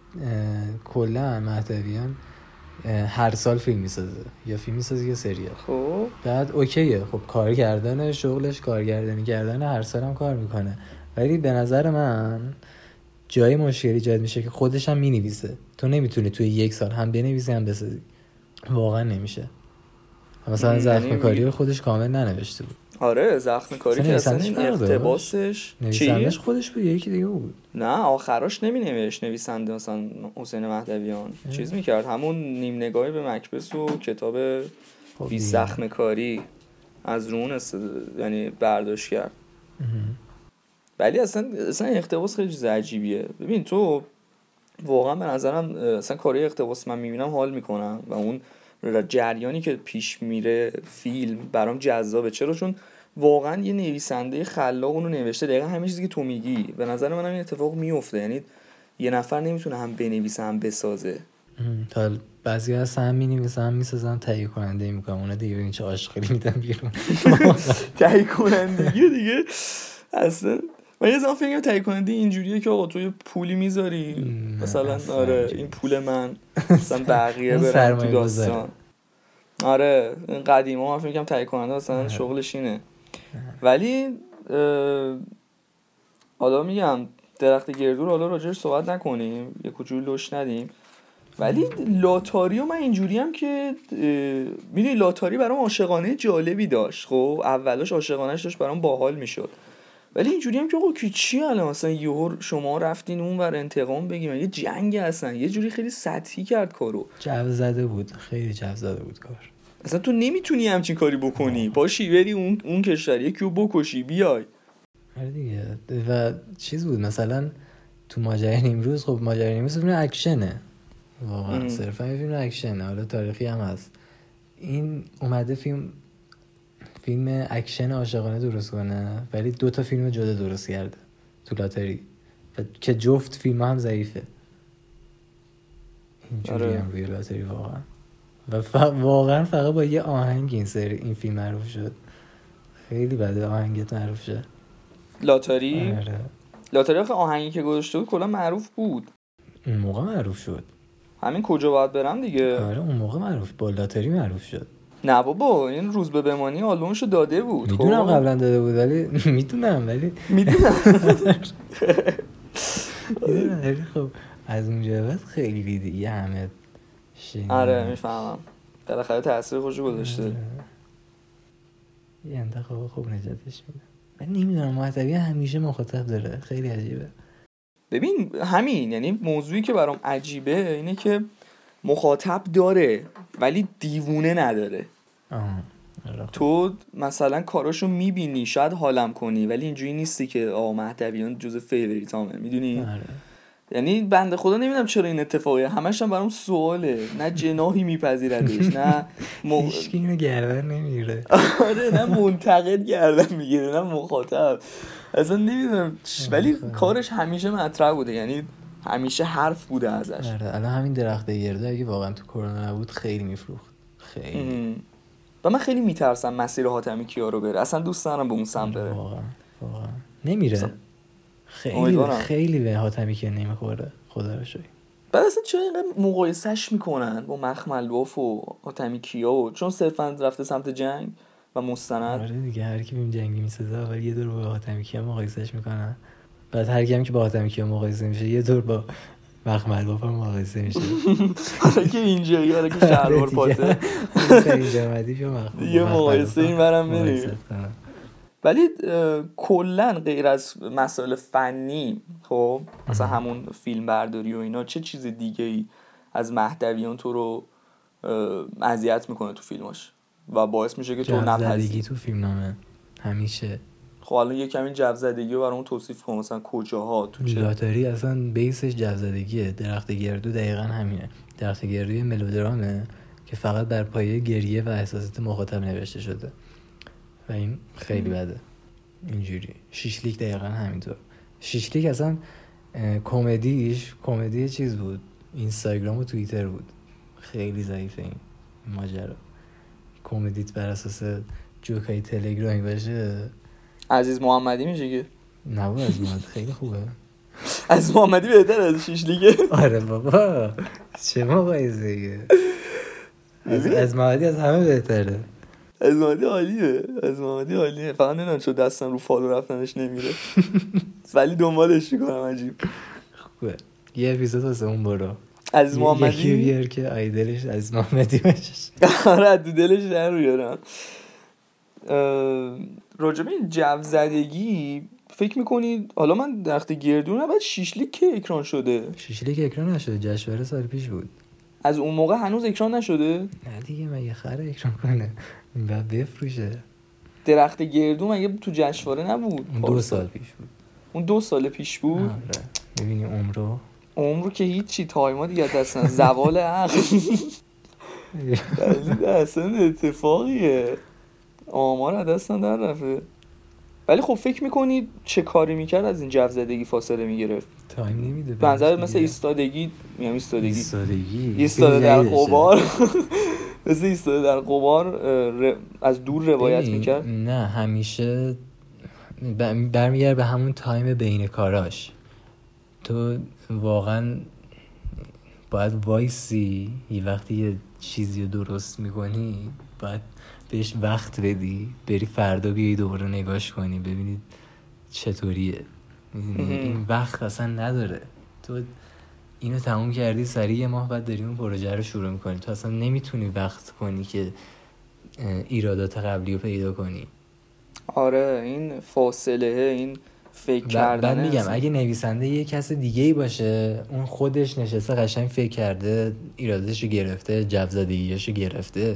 کلا مهدویان هر سال فیلم میسازه، یا فیلم میسازه یا سریال. خب بعد اوکیه خب کارگردان شغلش کارگردانی کردن، هر سال هم کار میکنه، ولی به نظر من جای مشکلی ایجاد میشه که خودش هم مینویسه. تو نمیتونی توی یک سال هم بنویسی هم بسازی، واقعا نمیشه. مثلا زخم کاری خودش کامل ننوشته بود. آره زخم کاری که اصلا این اقتباسش نویسندش خودش بود یکی دیگه بود. نه آخراش نمی نوشت نویسنده مثلا حسین مهدویان اه. چیز میکرد همون نیم نگاهی به مکبث و کتاب بی زخم کاری از رون است... یعنی برداشت کرد. ولی اصلا اصلا اقتباس خیلی چیز عجیبیه. ببین تو واقعا به نظرم اصلا کاری اقتباس من میبینم حال میکنم و اون جریانی که پیش میره فیلم برام جذابه. چرا؟ چون واقعا یه نویسنده خلاق اونو نوشته دقیقا همین چیزی که تو میگی. به نظر منم این اتفاق میفته، یعنی یه نفر نمیتونه هم بنویسه هم بسازه. تا بعضی از هم می‌نویسن هم می‌سازن تهیه کننده میکنم، اونا دیگه این چه عاشقی میدن بیرون. تهیه کنندگی دیگه اصلا من یه زمان فکر کنم تهیه کننده اینجوریه که آقا تو یه پولی میذاری مثلا آره این پول من مثلا بقیه برن تو داستان. آره این قدیما من فکر کنم تهیه کننده مثلا شغلش اینه. ولی حالا میگم درخت گردو رو حالا راجعش صحبت نکنیم، یه کوچولو لش ندیم. ولی لاتاریو من اینجوریم که میدونی لاتاری برام عاشقانه جالبی داشت. خب اولاش عاشقانه‌اش داشت برام باحال میشد، ولی اینجوریم که آقا کی چی الان مثلا یهو شما رفتین اون ور انتقام بگیم یه جنگ هستن، یه جوری خیلی سطحی کرد کارو. جو زده بود، خیلی جو زده بود کار. اصلا تو نمیتونی همچین کاری بکنی، باشی بری اون اون کشور یکی رو بکشی بیای. آره دیگه. و چیز بود مثلا تو ماجرای نیمروز، خب ماجرای نیمروز فیلم اکشنه واقعا، صرفا یه فیلم اکشنه، حالا تاریخی هم هست. این اومده فیلم فیلم اکشن عاشقانه درست کنه ولی دو تا فیلم جدا درست کرده تو لاتاری و که جفت فیلم هم ضعیفه. اینجوری آره. هم روی لاتاری واقعا و ف... واقعا فقط با یه آهنگ این سری این فیلم معروف شد. خیلی بده آهنگت معروف شد. لاتاری آره. لاتاری آخه آهنگی که گذاشته بود کلا معروف بود. اون موقع معروف شد. همین کجا باید برم دیگه. آره اون موقع معروف، با لاتاری معروف شد. نه بابا این روز به بمانی آلبومشو داده بود. میدونم قبلا داده بود ولی میدونم ولی میدونم میدونم ولی خب از اونجا بعد خیلی دیگه همه شنیدن. آره میفهمم بالاخره تاثیر خودشو گذاشته. یه انتخاب خوب نجاتش میده. من نمیدونم مخاطبی همیشه مخاطب داره، خیلی عجیبه. ببین همین یعنی موضوعی که برام عجیبه اینه که مخاطب داره ولی دیوونه نداره. آه. تو مثلا کاراشو میبینی شاید حالم کنی ولی اینجوری نیستی که آقا مهدویان جز فیوریتامه، میدونی؟ آره. یعنی بنده خدا نمیدونم چرا این اتفاقیه، همش هم برام سواله، نه جناحی میپذیردش نه م... هیچکی اینو گردن نمیگیره. آره نه منتقد گردن میگیره نه مخاطب، اصلا نمیدونم ولی کارش همیشه مطرح بوده، یعنی همیشه حرف بوده ازش. آره الان همین درخت گردو اگه واقعا تو کرونا نبود خیلی میفروخت خیلی. و من خیلی میترسم مسیر حاتمی کیا رو بره، اصلا دوست دارم به اون سمت بره. واقعا واقعا نمیره. خیلی خیلی به حاتمی کیا نمیخوره خدا رو شکر. بعد اصلا چرا اینقدر مقایسهش میکنن با مخمل باف و حاتمی کیا و چون صرفا رفته سمت جنگ و مستند. آره دیگه هر کی بیم جنگی میسازه اول یه دور با حاتمی کیا مقایسهش میکنن، بعد هر کی هم که با حاتمی کیا مقایسه میشه یه دور با مخمل باف مقایسه میشه. حالا که اینجایی حالا که شهرور پاته یه مقایسه این برم بریم. ولی کلن غیر از مسائل فنی خب مثلا همون فیلم برداری و اینا چه چیز دیگه ای از مهدویان تو رو اذیت میکنه تو فیلماش و باعث میشه که تو نپذیری تو فیلم نامه همیشه؟ خب الان یه کمی جو زدگی رو برامون توصیف کن، مثلا کجاها تو چه؟ لاتاری اصلا بیسش جو زدگیه. درخت گردو دقیقاً همینه. درخت گردو ملودرامه که فقط بر پایه گریه و احساسات مخاطب نوشته شده و این خیلی بده. اینجوری شیشلیک دقیقاً همینطور. شیشلیک اصلا کمدیش کمدی چیز بود، اینستاگرام و توییتر بود. خیلی ضعیفه این ماجرا. کمدیت بر اساس جوکای تلگرامی باشه عزیز محمدی میشه که نبود. از محمد خیلی خوبه. از محمدی بهتر از شیشلیکه. آره بابا چه مقایسه‌ایه. از از محمدی از همه بهتره. از محمدی عالیه. از محمدی عالیه. فقط نمیدونم چون دستم رو فالو رفتنش نمیره ولی دنبالش میکنم. عجیب خوبه. یه اپیزود واسه اون برو. از محمدی یکی بیار که آیدلش از محمدی باشه. آره دو دلش در بیارم. راجب این جو زدگی فکر میکنید حالا من درخت گردو نه بعد شیشلیک که اکران شده؟ شیشلیک اکران نشده، جشنواره سال پیش بود. از اون موقع هنوز اکران نشده؟ نه دیگه مگه خره اکران کنه و بفروشه. درخت گردو مگه تو جشنواره نبود؟ دو سال پیش بود. اون دو سال پیش بود. آره ببینی عمرو عمرو که هیچی، تایما دیگه دستن زوال عقل. اصلا اتفاقیه، آمار دستن در رفته. ولی خب فکر میکنی چه کاری میکرد از این جو زدگی فاصله میگرفت؟ تایم نمیده به نظر مثل ایستادگی، میگم ایستادگی ایستادگی ایستاده در غبار مثل ایستاده در غبار از دور روایت میکرد. نه همیشه برمیگرد به همون تایم بین کاراش. تو واقعا باید وایسی یه وقتی یه چیزی رو درست میکنی باید بهش وقت بدی، بری فردا بیایی دوباره نگاش کنی ببینید چطوریه. این وقت اصلا نداره. تو اینو تموم کردی سریع یه ماه بعد داری اون پروژه رو شروع میکنی. تو اصلا نمیتونی وقت کنی که ایرادات قبلی رو پیدا کنی. آره این فاصله، این فکر کردن. بعد میگم اگه نویسنده یه کس دیگه ای باشه اون خودش نشسته قشنگ فکر کرده، ایراداتشو گرفته، جو زدگیاشو گرفته،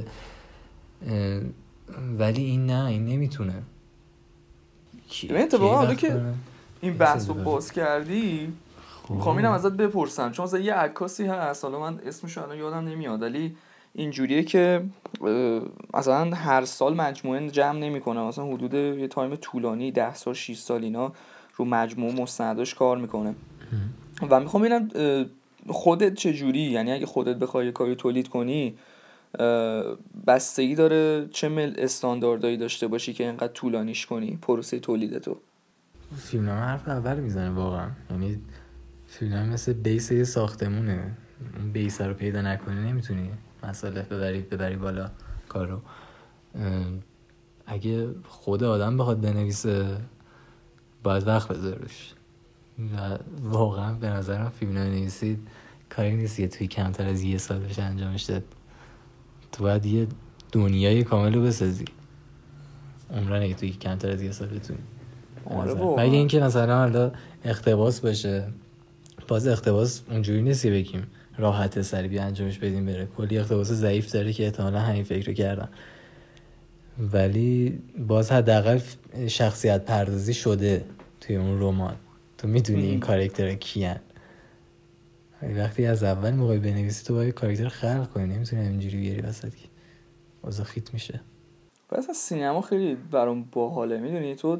ولی این نه، این نمیتونه. ببین اتفاقا حالا که این بحث رو باز کردی میخوام اینم ازت بپرسم، چون مثلا یه عکاسی هست، حالا من اسمشو الان یادم نمیاد، ولی اینجوریه که مثلا هر سال مجموعه جمع نمیکنه، مثلا حدود یه تایم طولانی ده سال شش سال اینا رو مجموعه مستنداش کار میکنه. و میخوام ببینم خودت چجوری، یعنی اگه خودت بخوای کاری تولید کنی بستگی داره چه مل استانداردهایی داشته باشی که اینقدر طولانیش کنی پروسه تولیدتو. فیلمنامه حرف اول میزنه واقعا، یعنی فیلمنامه مثل بیس یه ساختمونه، اون بیس رو پیدا نکنی نمیتونی مسئله ببری ببری بالا کارو. اگه خود آدم بخواد بنویسه باید وقت بذاره روش و واقعا به نظرم فیلمنامه نویسی کاری نیست که توی کمتر از یه سال بشه انجامش داد. تو باید یه دنیای کامل رو بسازی، عمران اگه توی کمتر از یه سال بتونی. مگه اینکه مثلا حالا اقتباس باشه، باز اقتباس اونجوری نیست که بگیم راحت سری بیا انجامش بدیم بره. کلی اقتباس ضعیف داره که احتمالا همین فکر رو کردن، ولی باز حداقل شخصیت پردازی شده توی اون رمان. تو میدونی این کاراکترها کیان. وقتی از اول موقعی بنویسی تو باید کاراکتر خلق کنی، نمیتونی همینجوری بیاری وسط که واسه خیت میشه. پس از سینما خیلی برام باحاله. میدونی تو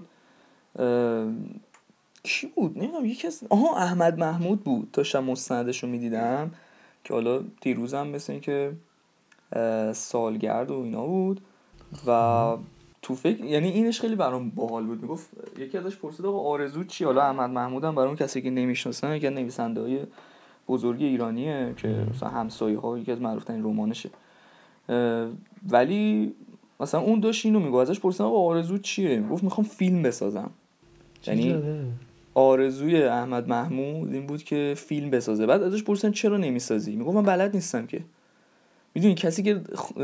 کی بود نمیدونم، یکی از آها احمد محمود بود، داشتم مستندشو میدیدم که حالا دیروزم مثل این که سالگرد و اینا بود و تو فکر، یعنی اینش خیلی برام باحال بود. میگفت یکی ازش پرسید آقا آرزو چی؟ حالا احمد محمودم برام کسی که نمیشناسن یکی از نویسنده‌های بزرگ ایرانیه که مثلا همسایه‌ها یکی از معروف‌ترین رمانشه، ولی مثلا اون داشت اینو میگه، ازش پرسیدم آقا آرزو چیه؟ گفت میخوام فیلم بسازم. یعنی آرزوی احمد محمود این بود که فیلم بسازه. بعد ازش پرسیدن چرا نمیسازی؟ میگه من بلد نیستم که. میدونی کسی که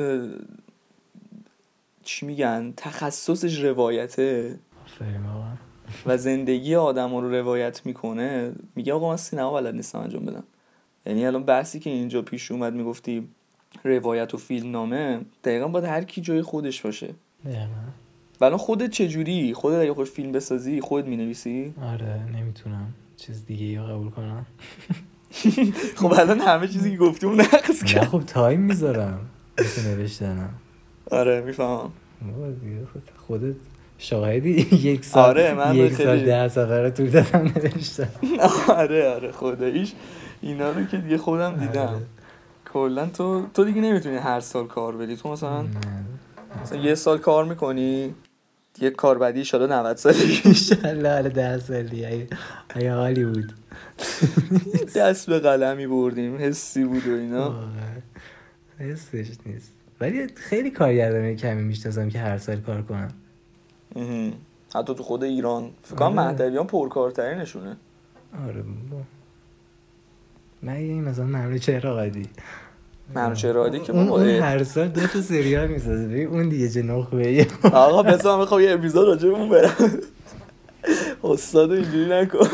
چی میگن تخصصش روایته و زندگی آدم رو روایت میکنه، میگه آقا من سینما بلد نیستم انجام بدم. یعنی الان بحثی که اینجا پیش اومد میگفتی روایت و فیلم نامه، دقیقا باید هر کی جای خودش باشه. دقیقا. ولی خودت چجوری؟ خودت اگه خودت فیلم بسازی خودت مینویسی؟ آره نمیتونم چیز دیگه رو قبول کنم. خب الان همه چیزی که گفتی اون نقص کرد. نه خب تایم میذارم مثل نوشتنم. آره میفهمم. خودت شاهدی یک سال آره من یک سال ده سفره طول دادم نوشتم. آره آره خداییش اینا رو که دیگه خودم دیدم. آره. کلا تو تو دیگه نمیتونی هر سال کار بدی. تو مثلا مثلا یه سال کار میکنی یه کار بعدی ان شاءالله نود سالگی ان شاءالله ده سالی ای حالی بود. دست به قلمی بردیم، حسی بود و اینا. حسش نیست. ولی خیلی کارگردانای کمی میشناسم که هر سال کار کنن. حتی تو خود ایران فکر کنم مهدویان پرکارترینشونه. آره بابا. من این مثلا مملوچهر چهره‌قدی مملوچهر چهره‌قدی که اون, اون هر سال دو تا سریال میسازه. ببین اون دیگه چه نخبه‌ایه. آقا بذار من میخوام یه اپیزود راجع به اون برم. استاد اینجوری نکن.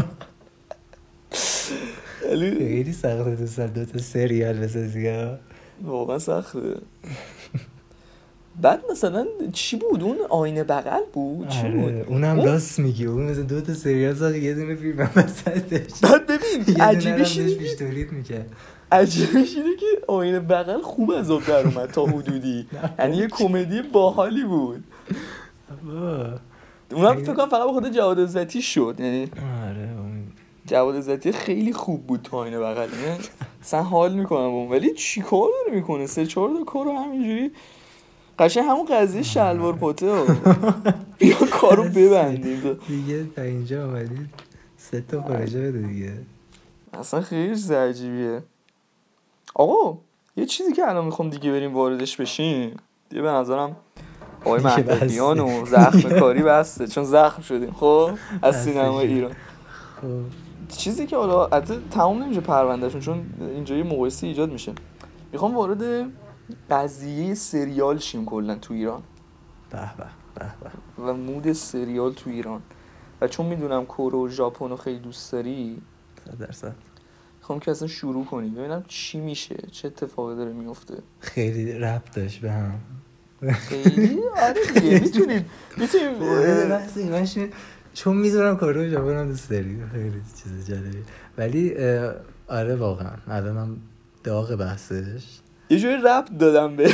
خیلی سخته تو سال دو تا سریال بسازی. واقعا سخته. بعد مثلا چی بود اون آینه بغل بود چی آره. بود اونم راست میگی اون مثلا دو تا سریال ساخت یه دونه فیلم هم وسطش بعد ببین عجیبش اینه که بیشتوریت میکرد عجیبش اینه که آینه بغل خوب از آب در اومد تا حدودی یعنی یه کمدی باحالی بود اونم فکر کنم فقط به خاطر جواد عزتی شد یعنی آره جواد عزتی خیلی خوب بود تو آینه بغل یعنی اصلا حال میکنم اون ولی چیکار داره میکنه سه چهار تا کارو همینجوری قشنگ همون قضیه شلوار پته بیا کارو ببندیم دیگه تا اینجا اومدید سه تا پروژه بده دیگه اصلا خیلی چیز عجیبیه. آقا یه چیزی که الان میخوام دیگه بریم واردش بشیم دیگه به نظرم آقای مهدویان و زخم کاری بسته چون زخم شدیم خب از سینما ایران. چیزی که حالا حتی تمام نمیشه پروندهشون چون اینجا یه مقایسه ایجاد میشه. میخوام وارد قضیه سریال شیم کلا تو ایران به به به به و مود سریال تو ایران و چون میدونم کره و ژاپن رو خیلی دوست داری صد درصد میخوام که اصلا شروع کنیم ببینم چی میشه چه اتفاقی داره میفته. خیلی ربط داشت به هم خیلی آره دیگه میتونیم میتونیم بحث ایمانش چون میدونم کره و ژاپن هم دوست داری خیلی چیز جالبی ولی آره واقعا الانم داغ بحثش یه جوری ربط دادم به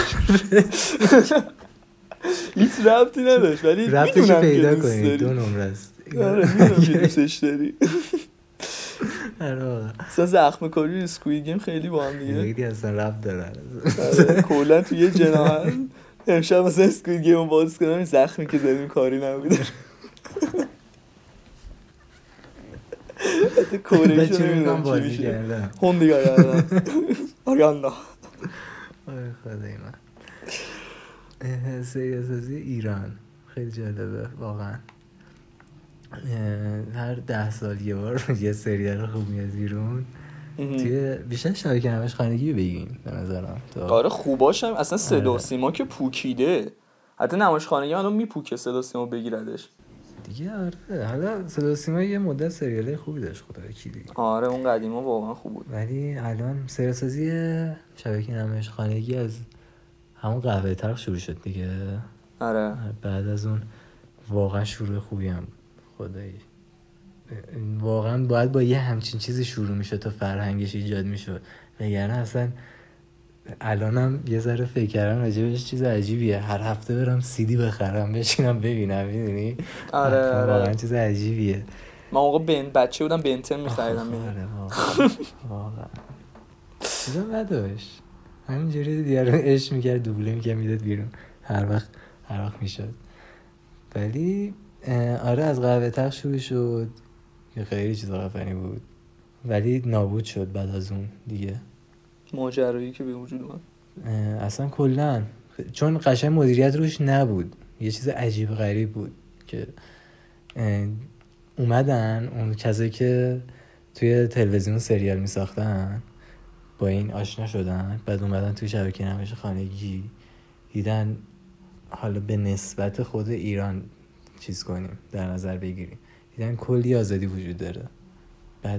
هیچ ربطی نداشت ولی میدونم پیدا کنید دو نمره است آره میدونم که دوستش داری آره واقعا اصلا زخم کاری و اسکوید گیم خیلی با هم دیگه خیلی اصلا ربط دارن کلا تو یه جناح امشب مثلا اسکوید گیم رو باز کنم زخمی که زدیم کاری نبوده حتی کورهشو نمیدونم چی میشه هون دیگه کردم آریانا آره خدای من سریال سازی ایران خیلی جالبه واقعا هر ده سال یه بار یه سریال خوب میاد بیرون توی بیشتر شبکه نمایشخانگی بگیم به نظرم آره خوباش هم اصلا صدا و سیما که پوکیده حتی نمایشخانگی الان میپوکه صدا و سیما بگیردش دیگه. آره حالا صدا و سیما یه مدت سریال خوبی داشت خدا وکیلی آره اون قدیما واقعا خوب بود ولی الان سریال سازی شبکه نمایشخانگی از همون قهوه تلخ شروع شد دیگه. آره بعد از اون واقعا شروع خوبی هم خدایی واقعا باید با یه همچین چیزی شروع میشه تا فرهنگش ایجاد میشد وگرنه اصلا الانم یه ذره فکر کردم راجبش چیز عجیبیه هر هفته برم سی دی بخرم بشینم ببینم میدونی. آره واقعا آره. چیز عجیبیه. من موقع بین بچه بودم بنتن می‌خریدم. آره واقعا واقعا چیزا نداشت همینجوری دیگه اش میکرد دوبله میکرد میداد بیرون هر وقت هر وقت میشد. ولی آره از قهوه تلخ شروع شد که خیلی چیز خفنی بود ولی نابود شد بعد از اون دیگه ماجرایی که به وجود اومد اصلا کلا چون قشنگ مدیریت روش نبود یه چیز عجیب غریب بود که اومدن اون کسایی که توی تلویزیون سریال میساختن با این آشنا شدن بعد اومدن توی شبکه نمایشخانگی دیدن حالا به نسبت خود ایران چیز کنیم در نظر بگیریم دیدن کلی آزادی وجود داره بعد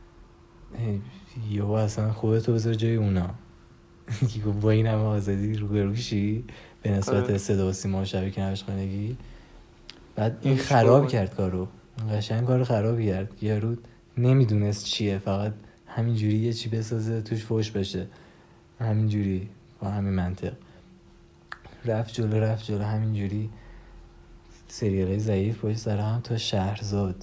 یهو اصلا خودتو بذار جای اونا با این همه آزادی روبروشی به نسبت صدا و سیما و شبکه نمایشخانگی بعد این خراب کرد کارو قشنگ کارو خراب کرد یارو نمیدونست چیه فقط همینجوری یه چی بسازه توش فوش بشه همینجوری با همین منطق رفت جلو رفت جلو همینجوری سریالای ضعیف پشت سر هم تا شهرزاد.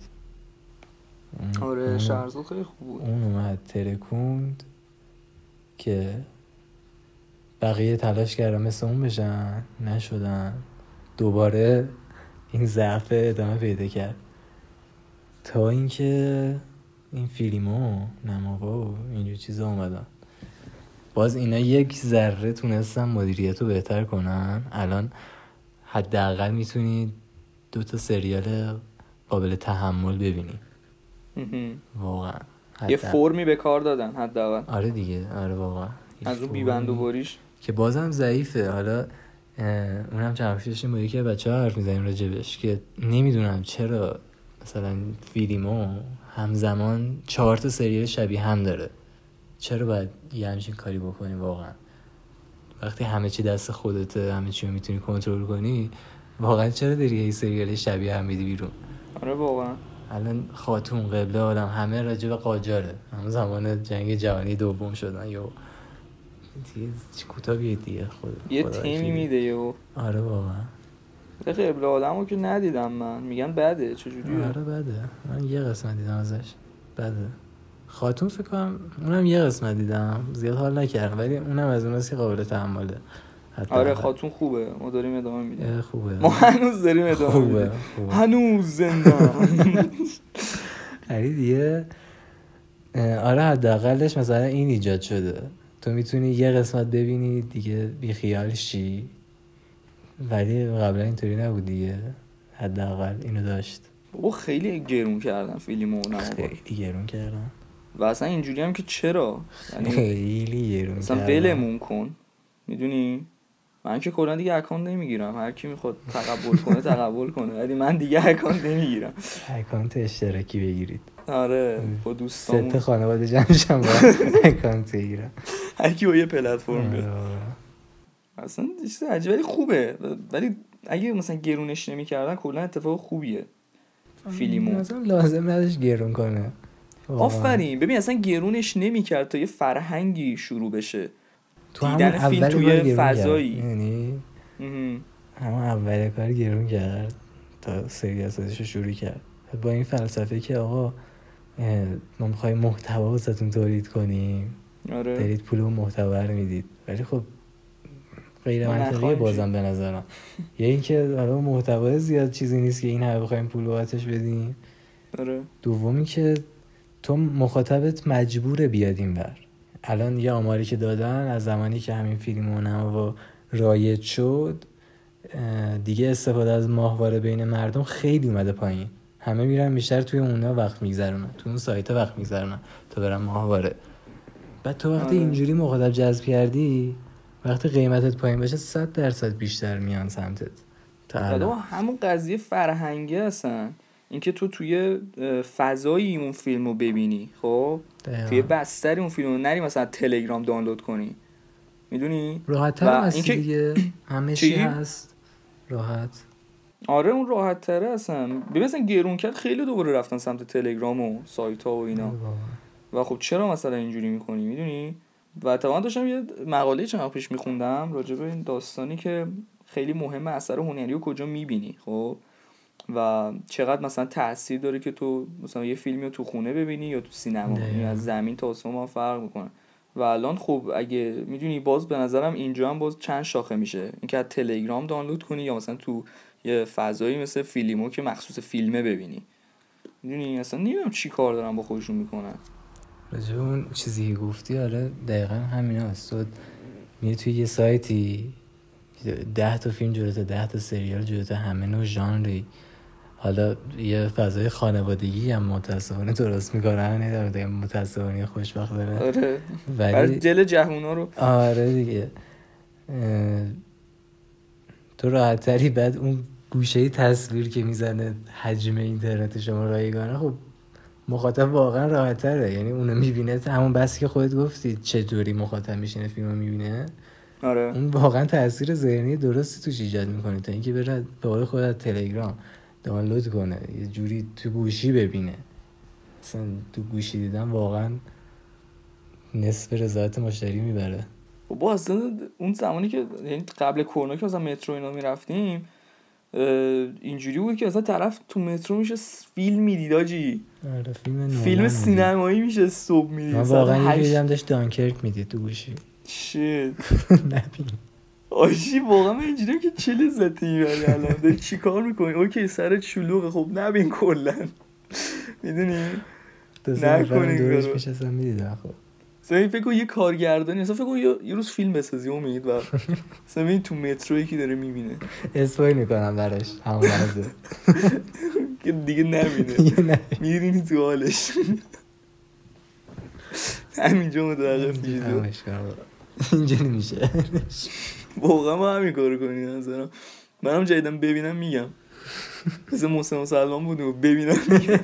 آره شهرزاد خیلی خوب بود. اون اومد ترکوند که بقیه تلاش کردن مثل اون بشن نشدن دوباره این ضعف ادامه پیدا کرد تا اینکه این فیلم‌ها نماوا و اینجور چیزا اومدن باز اینا یک ذره تونستن مدیریت رو بهتر کنن الان حداقل میتونی دو تا سریال قابل تحمل ببینی واقعا یه فرمی به کار دادن حداقل. آره دیگه آره واقعا از اون بیبند و باریش که بازم ضعیفه. حالا اونم چند وقت داشتیم با یکی از بچه‌ها حرف می‌زدیم راجبش که نمیدونم چرا مثلا فیلمو همزمان چهار تا سریال شبیه هم داره چرا باید یه همچین کاری بکنیم واقعا وقتی همه چی دست خودته، همه چی رو میتونی کنترل کنی، واقعا چرا داری یه سریال شبیه هم میدی بیرون؟ آره واقعا. الان خاتون قبله آدم همه راجع به قاجاره، همون زمان جنگ جهانی دوم شدن یا دیگه کوتاه بیه دیگه خود یه تیمی میده یو. آره واقعا. قبل آدمو که ندیدم من، میگن بده. چجوریه؟ آره بده، من یه قسمت دیدم ازش، بده. خاتون فکر کنم اونم یه قسمت دیدم، زیاد حال نکردم، ولی اونم از اوناست که قابل تحمله. آره خاتون خوبه، ما داریم ادامه میدیم. خوبه، ما هنوز داریم ادامه خوبه. میدیم. خوبه. هنوز زنده. خیلی دیگه. آره حداقلش مثلا این ایجاد شده، تو میتونی یه قسمت ببینی دیگه بی خیال شی، ولی قبلا اینطوری نبود دیگه. حداقل اینو داشت. بابا خیلی گرون کردن فیلمو، نه خیلی گرون کردن. و اصلا اینجوری هم که چرا، یعنی خیلی گرون کردن. اصلا ولمون کن، میدونی من که کلا دیگه اکانت نمیگیرم، هر کی میخواد تقبل کنه تقبل کنه، ولی من دیگه اکانت نمیگیرم. اکانت اشتراکی بگیرید. آره با دوستامون ست خانواده جمع شدن با اکانت بگیرم، هر کی با یه پلتفرم بیاد. اصلا چیز عجیبه ولی خوبه، ولی اگه مثلا گرونش نمی‌کردن کلا اتفاق خوبیه فیلمو. مثلا لازم نداشت گرون کنه. آفرین. ببین اصلا گرونش نمی‌کرد تا یه فرهنگی شروع بشه، تو دیدن فیلم توی فضایی. یعنی همون اول کار گرون کرد تا سریال سازیشو شروع کرد با این فلسفه که آقا ما می‌خوایم محتوا واسهتون تولید کنیم. آره. دارید پول و محتوا رو میدید، ولی خب غیر منطقیه بازم به نظرم. یا اینکه حالا محتوا زیاد چیزی نیست که این همه بخوایم پول بابتش بدیم. آره. دومی که تو مخاطبت مجبوره بیاد اینور. الان یه آماری که دادن از زمانی که همین فیلم اونم و رایج شد دیگه استفاده از ماهواره بین مردم خیلی اومده پایین. همه میرن بیشتر توی اونا وقت میگذرونن، تو اون سایت وقت میگذرونن تا برن ماهواره. بعد تو وقتی آره. اینجوری مخاطب جذب کردی، وقتی قیمتت پایین بشه صد درصد بیشتر میان سمتت. تا همون قضیه فرهنگی هستن، اینکه تو توی فضایی اون فیلمو ببینی، خب توی بستری اون فیلمو نری مثلا تلگرام دانلود کنی، میدونی راحت‌تر هست دیگه، همه چی هست راحت. آره اون راحت تره اصلا. ببین مثلا گرون کرد خیلی دوباره رفتن سمت تلگرام و سایت ها و اینا و خب چرا مثلا اینجوری میکنی، میدونی. و اتفاقا داشتم یه مقاله چند وقت پیش میخوندم راجع به این داستانی که خیلی مهمه اثر هنری رو کجا میبینی، خب و چقدر مثلا تأثیر داره که تو مثلا یه فیلمی رو تو خونه ببینی یا تو سینما. یعنی از زمین تا آسمون فرق میکنه. و الان خب اگه میدونی باز به نظرم اینجا هم باز چند شاخه میشه، اینکه از تلگرام دانلود کنی یا مثلا تو یه فضایی مثل فیلمو که مخصوص فیلمه ببینی، میدونی. اصلا نمیدونم چی کار دارن با خودشون میکنن. راجع به اون چیزی که گفتی آره دقیقاً همین هست. تو میری توی یه سایتی ده تا فیلم جلوته، ده تا سریال جلوته، همه نوع ژانری، حالا یه فضای خانوادگی هم متأسفانه درست میکنن، نه دیگه متأسفانه خوشبختانه. آره ولی دل جهونا رو آره دیگه تو راحت تری بعد اون گوشه تصویر که میزنه حجم اینترنت شما رایگانه، خب مخاطب واقعا راحت تره. یعنی اونو میبینه، همون بسی که خودت گفتی چطوری مخاطب میشینه فیلمو میبینه، آره اون واقعا تاثیر ذهنی درستی توش ایجاد میکنه تا اینکه بره به قول خودت تلگرام دانلود کنه یه جوری تو گوشی ببینه. اصلا تو گوشی دیدن واقعا نصف رضایت مشتری میبره. با اصلا اون زمانی که یعنی قبل کرونا که مثلا مترو اینا میرفتیم اینجوری بود که اصلا طرف تو مترو میشه فیلم میدید آجی. آره فیلم فیلم سینمایی میشه صبح میدید. من واقعا یه دیدم داشت دانکرک میدید تو گوشی. شیت نبین آجی واقعا من اینجوریم که چه لذتی میبری الان داری چی کار میکنی. اوکی سرت شلوغه، خب نبین کلن، میدونی نکنی دورش میشه اصلا میدیدم. خب مثلا فکر کن یه کارگردانی اصلا فکر کن یه روز فیلم بسازی امید و مثلا ببین تو مترو یکی داره میبینه اسپویل میکنم براش همون لحظه که دیگه نبینه میرینی تو حالش. همینجا متوقف میشه اینجوری میشه. واقعا ما همین کارو کنیم مثلا. منم جدیدن ببینم میگم مثل محسن مسلمان بودم ببینم میگم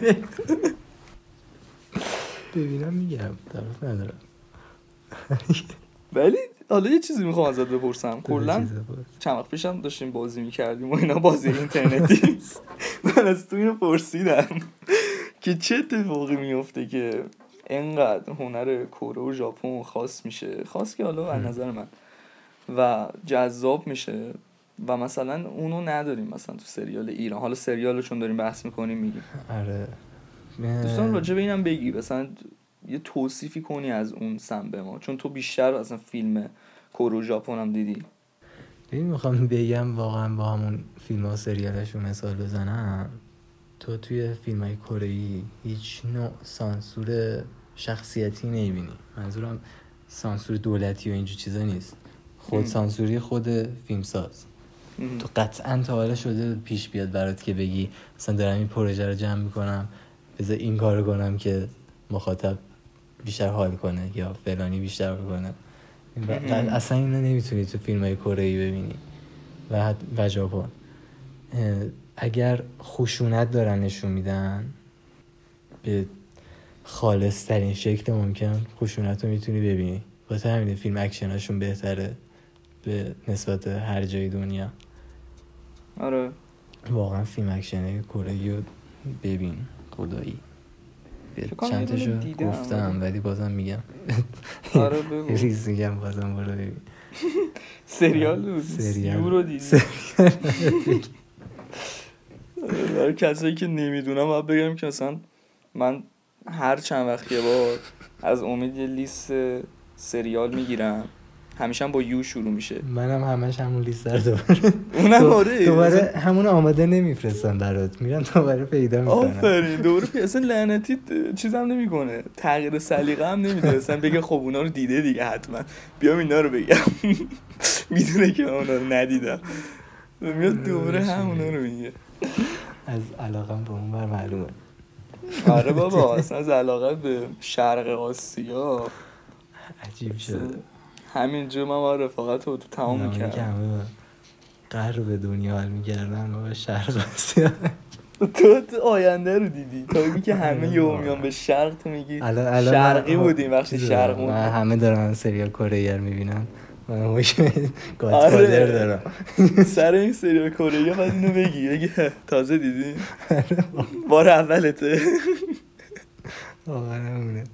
ببینم میگم طرف ندارم. ولی حالا یه چیزی میخوام ازت بپرسم. کلا چند وقت پیشم داشتیم بازی میکردیم و اینا، بازی اینترنتی من از تو اینو پرسیدم که چه اتفاقی میفته که اینقدر هنر کره و ژاپن خاص میشه، خاص که حالا از نظر من و جذاب میشه و مثلا اونو نداریم مثلا تو سریال ایران. حالا سریالو چون داریم بحث میکنیم میگیم. آره دوستان راجع به اینم بگی، مثلا یه توصیفی کنی از اون سم به ما، چون تو بیشتر مثلا فیلم کره و ژاپن هم دیدی. ببین میخوام بگم واقعا با همون فیلم ها سریالشو مثال بزنم، تو توی فیلم های کره‌ای هیچ نوع سانسور شخصیتی نمیبینی. منظورم سانسور دولتی و اینجور چیزا نیست، خود سانسوری خود فیلمساز. تو قطعا تا حالا شده پیش بیاد برات که بگی مثلا دارم این پروژه رو جمع میکنم بذار این کارو کنم که مخاطب بیشتر حال کنه یا فلانی بیشتر بکنه. اصلا اینو نمیتونی تو فیلم‌های کره‌ای ببینی و و ژاپن. اگر خشونت دارن نشون میدن به خالص ترین شکل ممکن، خشونت رو میتونی ببینی. واسه همین فیلم اکشناشون بهتره به نسبت هر جای دنیا. آره واقعا فیلم اکشنه کره‌ای رو ببین خدایی. چند تاشو گفتم ولی بازم میگم. آره بگو. ریز میگم بازم برو ببین. سریال رو سیو رو دیدی؟ برای کسایی که نمیدونم باید بگم که مثلا من هر چند وقت یه بار از امید یه لیست سریال میگیرم، همیشه هم با یو شروع میشه. منم همش همون لیست رو دوباره اونم آره دوباره همون آماده نمیفرستن برات، میرن دوباره پیدا میکنن. آفرین دوباره پیدا. اصلا لعنتی چیزم نمیکنه، تغییر سلیقه هم نمیده، اصلا بگه خب اونا رو دیده دیگه حتما بیام اینا رو بگم. میدونه که اونا رو ندیدم، میاد دوباره همونا رو میگه. از علاقم به اون بر معلومه. آره بابا اصلا از علاقه به شرق آسیا عجیب شده. همینجا من با رفاقت رو تو تمام میکردم. قهر رو به دنیا حال میگردن و به شرق آسیا. تو تو آینده رو دیدی تا میگی که همه یهو میان به شرق، تو میگی شرقی بودیم وقتی شرق بودیم. همه دارن سریال کره ای میبینن، من خوش گادفادر دارم. سر این سریال کره ای بعد اینو بگی بگی تازه دیدی بار اولته. واقعا اونه.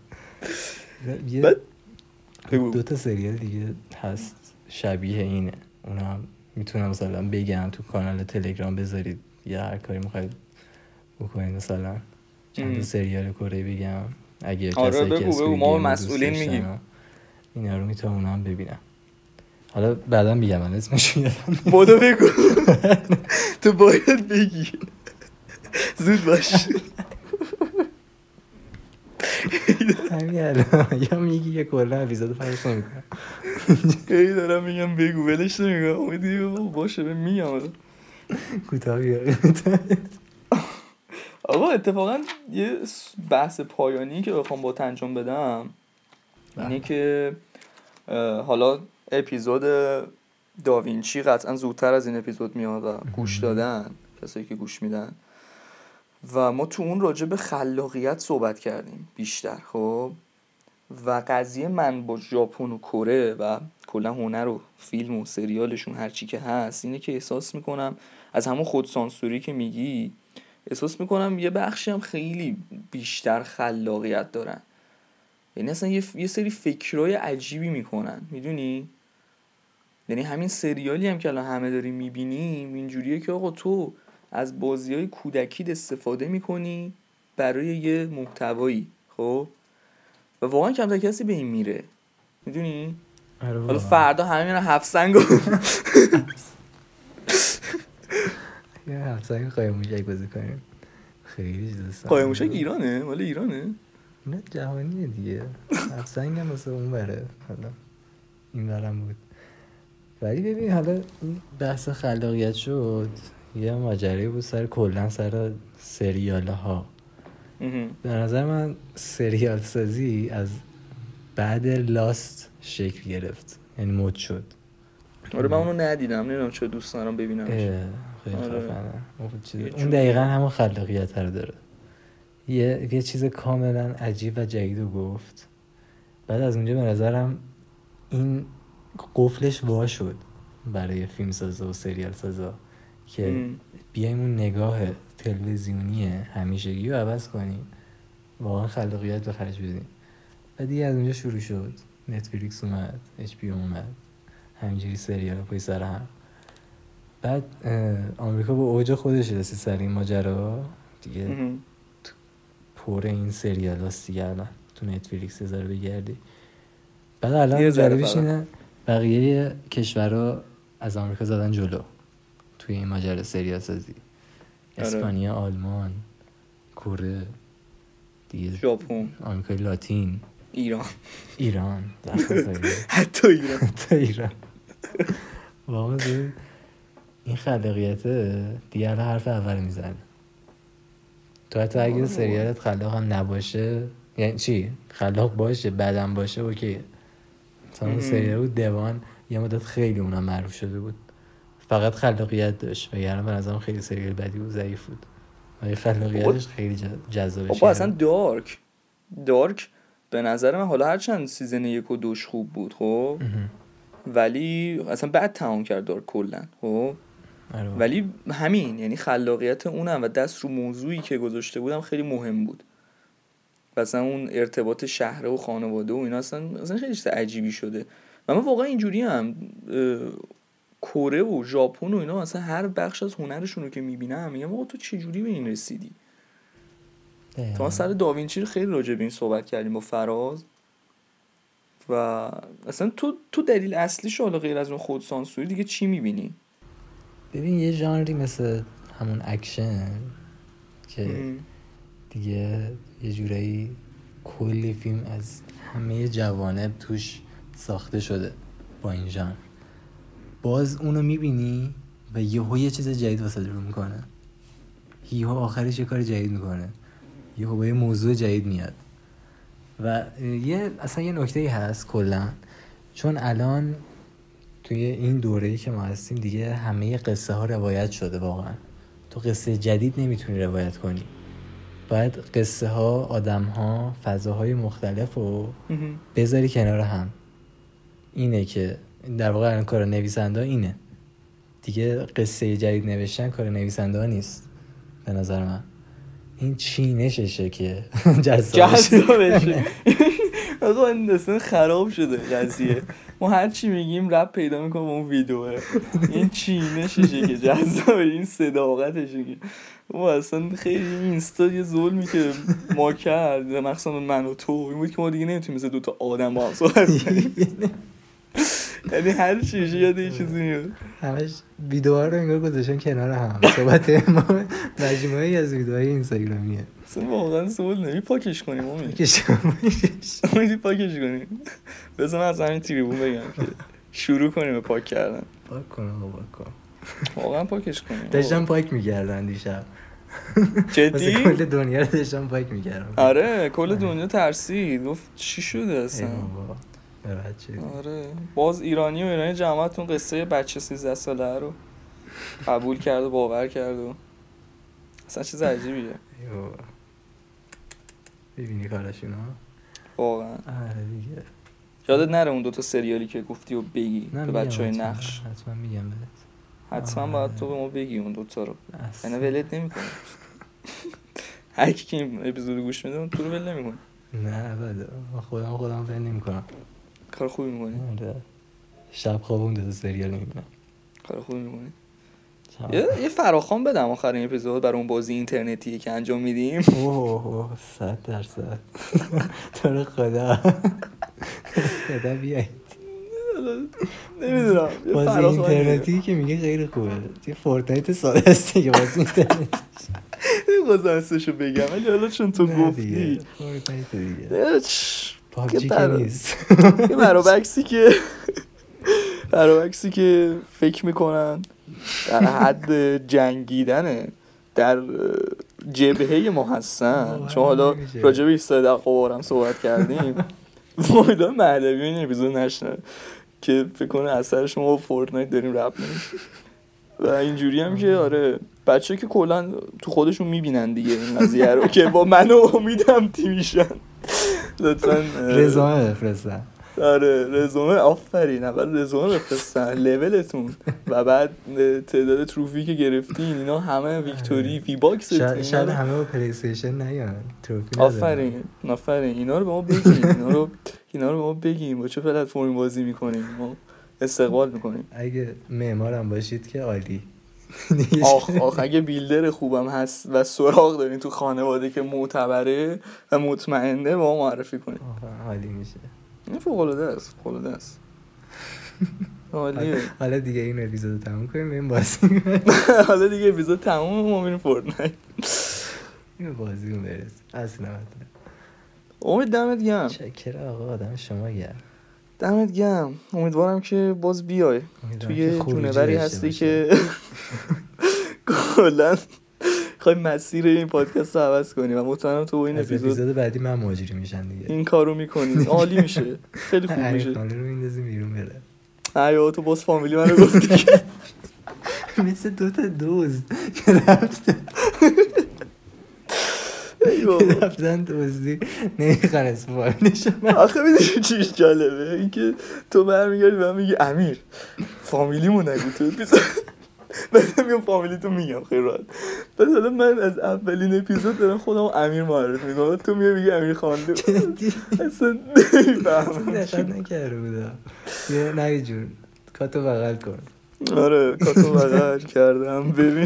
دو تا سریال دیگه هست شبیه اینه، اونا هم میتونم مثلا بگم تو کانال تلگرام بذارید یا هر کاری میخواید بکنید، مثلا چند تا سریال کره بگم اگه آره کسی که بگو بگو ما مسئولین میگیم اینا رو میتونم اونا هم ببینم. حالا بعدا میگم من اسمش یادم بودو بگو. تو باید بگی زود باش. همین الان یا میگی یا کلا اپیزودو فرض نمیکنم. خیلی دارم میگم بگو ولش نمیگم امیدی باشه به میگم کوتاه بیا. آقا اتفاقا یه بحث پایانی که بخوام با انجام بدم اینه که حالا اپیزود داوینچی قطعا زودتر از این اپیزود میاد و گوش دادن کسایی که گوش میدن و ما تو اون راجع به خلاقیت صحبت کردیم بیشتر. خب و قضیه من با ژاپن و کره و کلا هنر و فیلم و سریالشون هر چی که هست اینه که احساس میکنم از همون خودسانسوری که میگی احساس میکنم یه بخشی هم خیلی بیشتر خلاقیت دارن، یعنی اصلا یه, یه سری فکرای عجیبی میکنن میدونی. یعنی همین سریالی هم که الان همه داریم میبینیم اینجوریه که آقا تو از بازی‌های کودکی استفاده میکنی برای یه محتوایی، خب و واقعا کم تا کسی به این میره میدونی. حالا فردا همه میرن هفت سنگ یه هفت سنگ قایم موشک بازی کنیم. خیلی چیز قایم موشک ایرانه؟ مال ایرانه؟ نه جهانیه دیگه. هفت سنگ هم واسه اون بره، حالا این برم بود. ولی ببین حالا این بحث خلاقیت شد یه ماجرایی بود سر کلا سر سریال ها. به نظر من سریال سازی از بعد لاست شکل گرفت، یعنی مد شد. آره من اونو ندیدم، نمیدونم چه دوست دارم ببینمش. خیلی خفنه اون دقیقا همون خلاقیت رو داره. یه یه چیز کاملا عجیب و جدید رو گفت. بعد از اونجا به نظرم این قفلش وا شد برای فیلم سازا و سریال سازا که بیایم اون نگاه تلویزیونی همیشگی رو عوض کنیم، واقعا خلاقیت به خرج بدیم. و دیگه از اونجا شروع شد، نتفلیکس اومد، اچ پی اومد، همینجوری سریال پای سر هم. بعد آمریکا با اوج خودش رسید سر این ماجرا دیگه، پر این سریال هاست دیگه. الان تو نتفلیکس هزار بگردی. بعد الان جالبیش اینه بقیه کشورها از آمریکا زدن جلو توی این ماجرا سریال سازی. اسپانیا، آلمان، کره دیگه، ژاپن، آمریکای لاتین، ایران ایران حتی ایران حتی ایران واقعا این خلاقیت دیگه حرف اول میزنه. تو حتی اگه سریالت خلاق هم نباشه، یعنی چی خلاق باشه بعدم باشه اوکی. مثلا سریال بود دوان یه مدت خیلی اونم معروف شده بود، فقط خلاقیت داشت، وگرنه به نظرم خیلی سریال بدی و ضعیف بود. ولی خلاقیتش خیلی جذابه. خب اصلا دارک دارک به نظر من، حالا هرچند سیزن یک و دوش خوب بود خب، ولی اصلا بعد تمام کرد دارک کلا خب، ولی همین یعنی خلاقیت اونم و دست رو موضوعی که گذاشته بودم خیلی مهم بود. مثلا اون ارتباط شهر و خانواده و اینا اصلا اصلا خیلی چیز عجیبی شده. و من واقعا اینجوری هم کره و ژاپن و اینا اصلا هر بخش از هنرشون رو که میبینم میگم آقا تو چه جوری به این رسیدی؟ تا سر داوینچی خیلی راجع به این صحبت کردیم با فراز و اصلا تو تو دلیل اصلیش حالا غیر از اون خودسانسوری دیگه چی میبینی؟ ببین یه ژانری مثل همون اکشن که ام. دیگه یه جورایی کلی فیلم از همه جوانب توش ساخته شده با این ژانر، باز اونو میبینی و یهو یه چیز جدید واسه رو میکنه، یهو آخرش یه کار جدید میکنه، یهو با یه موضوع جدید میاد. و یه اصلا یه نکته‌ای هست کلا، چون الان توی این دوره‌ای که ما هستیم دیگه همه قصه ها روایت شده، واقعا تو قصه جدید نمیتونی روایت کنی، باید قصه ها، آدم ها، فضاهای مختلف رو بذاری کنار هم. اینه که در واقع الان کار نویسنده اینه دیگه، قصه جدید نوشتن کار نویسنده ها نیست به نظر من. این چینششه که جذابشه. آقا این اصلا خراب شده قضیه، ما هر چی میگیم رپ پیدا میکنم اون ویدیوه. این چینششه که جذابه، این صداقتشه که ما اصلا خیلی اینستا یه ظلمی که ما کرد مخصوصا من و تو این بود که ما دیگه نمیتونیم مثل دوتا آدم با هم صحبت کنیم. یعنی هر چیزی یاد یه چیزی میاد، همش ویدیوها رو انگار گذاشتن کنار هم. صحبت ما مجموعه‌ای از ویدیوهای اینستاگرامیه. اصلا واقعا سوال نمی پاکش کنیم امید پاکش کنیم پاکش کنیم بذار من از همین تریبون بگم که شروع کنیم به پاک کردن. پاک کنم پاک کنم واقعا پاکش کنیم. داشتم پاک می‌کردن دیشب جدی کل دنیا رو داشتم پاک می‌کردم. آره کل دنیا ترسید، گفت چی شده اصلا. آره باز ایرانی و ایرانی جماعتون قصه بچه سیزده ساله رو قبول کرد و باور کرد و اصلا چیز عجیبیه. ببینی کارشون ها واقعا. آره دیگه یادت نره اون دوتا سریالی که گفتی و بگی به بچه های نقش. حتما میگم بهت، حتما باید تو به ما بگی اون دوتا رو، یعنی ولت نمی کنی. هر کی که این اپیزود گوش میده تو رو ول نمی کنی. نه بده خودم خودم ول نمی کنم. کار خوبی میکنی. آره شب خواب اون دوتا سریال میبینم. کار خوبی میکنی. یه یه فراخوان بدم آخر این اپیزود برای اون بازی اینترنتیه که انجام میدیم. اوه اوه صد درصد تو رو خدا خدا بیاید. نمیدونم بازی اینترنتی که میگه خیلی خوبه، یه فورتنایت ساده است که بازی اینترنتی نمیخواستم اسمشو بگم ولی حالا چون تو گفتی فورتنایت دیگه پابجی که نیست. یه برابکسی که برابکسی که فکر میکنن در حد جنگیدنه در جبهه ما هستن، چون حالا راجع به ایستاد قوارم صحبت کردیم. وایدان مهدوی این اپیزود نشنه که فکر کنه اثر شما فورتنایت داریم رپ می‌کنیم و اینجوری هم که آره بچه که کلا تو خودشون میبینن دیگه این قضیه رو که با من و امیدم تیمیشن. لطفاً رزومه بفرستن. آره رزومه آفرین، اول رزومه بفرستن لولتون و بعد تعداد تروفی که گرفتین اینا همه ویکتوری وی باکستون. شاید همه با پلی استیشن نیان تروفی. آفرین آفرین اینا رو به ما بگین، اینا رو اینا رو به ما بگین با چه پلتفرمی بازی میکنیم، ما استقبال میکنیم. اگه معمارم باشید که عالی. آخ آخ اگه بیلدر خوبم هست و سراغ دارین تو خانواده که معتبره و مطمئنه با ما معرفی کنین. عالی میشه. این فوق العاده است، فوق العاده است. عالیه. حالا دیگه این اپیزودو تموم کنیم بریم بازی. حالا دیگه اپیزود تموم، ما میریم فورتنایت. این بازی رو برس. اصلا امید دمت گرم. چکر آقا، آدم شما گرم. دمت گرم. امیدوارم که باز بیای. توی جونوری هستی که کلا خواهی مسیر این پادکست رو عوض کنی و مطمئنم تو این اپیزود اپیزود بعدی من مهاجری میشن دیگه. این کارو میکنی عالی میشه، خیلی خوب میشه. خاله رو میندازیم بیرون بره. آیا تو باز فامیلی منو گفتی که مثل دوتا دوست که رفته رفتن دوزی نمیخوان اسم نشون. آخه میدونی چیش جالبه این که تو برمیگردی و میگی امیر فامیلیمو نگو تو اپیزود، بعد میگم فامیلی تو میگم خیلی راحت. بعد حالا من از اولین اپیزود دارم خودم امیر معرفی میکنم، تو میگه میگی امیر خوانده. اصلا نمیفهمم دقت نکرده بودم. یه نگی جون کاتو بغل کن. آره کاتو بغل کردم. ببین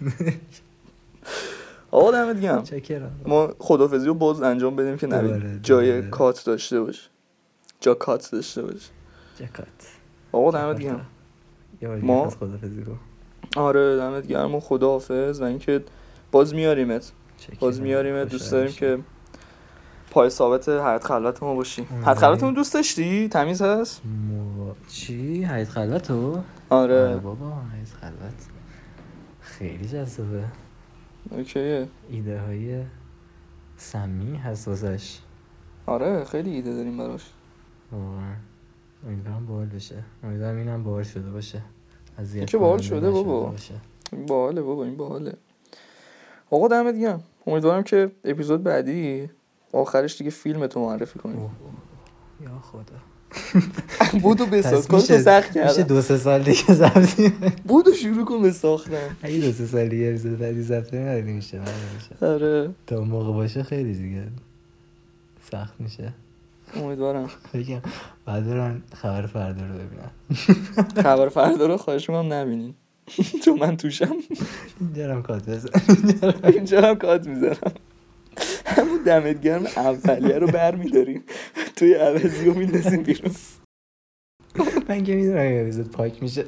آقا دمت گرم. ما خدافظی رو باز انجام بدیم که نبید جای کات داشته باش، جا کات داشته باش. جا کات. آقا دمت گرم. ما خدافظی رو. آره دمت گرم و خداحافظ و اینکه باز میاریمت باز میاریمت دوست داریم که پای ثابت حیات خلوت ما باشی. حیات خلوتمون دوست داشتی؟ تمیز هست؟ مو... چی؟ حیات خلوتو؟ آره. آره بابا حیات خلوت خیلی جذابه. اوکیه. ایده های سمی هست واسش. آره خیلی ایده داریم براش. واقعا امیدوارم باحال بشه. امیدوارم اینم باحال شده باشه. این که باحال شده بابا. این باحاله بابا، این باحاله. آقا دمت گرم. امیدوارم که اپیزود بعدی آخرش دیگه فیلمتو معرفی کنی. یا خدا. بودو بساز کن تو سخت کردم. میشه دو سه سال دیگه ضبط. بودو شروع کن به ساختن. اگه دو سه سال دیگه اپیزود بعدی ضبط نمیشه میشه. آره. تا موقع باشه خیلی دیگه سخت میشه. امیدوارم. بگم بعد برن خبر فردا رو ببینن. خبر فردا رو خواهش می‌کنم نبینین. چون من توشم. اینجا هم کات بزن. اینجا هم کات میزنم. همون دمت گرم اولیه رو برمی‌داریم توی عوضی رو میندازیم بیرون. من که میدونم این اپیزود پاک میشه.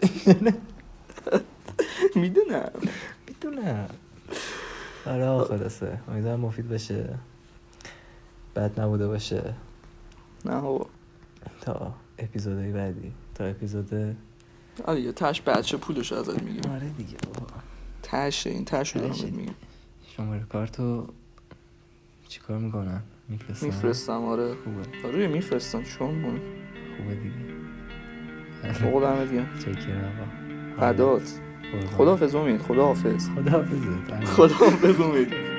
میدونم میدونم. آره خلاصه امیدوارم مفید باشه، بد نبوده باشه. نه بابا تا اپیزودهای بعدی، تا اپیزود آره یه تاش بچه پولش ازت میگیم. آره دیگه بابا تاشه این تاشو دارم میگم. شماره کارتو چیکار میکنن؟ میفرستم میفرستم آره خوبه. آره میفرستم چون من خوبه دیگه. بابا دمت گرم. چکر آقا. فدات. خداحافظ امید. خداحافظ. خداحافظ. خداحافظ امید.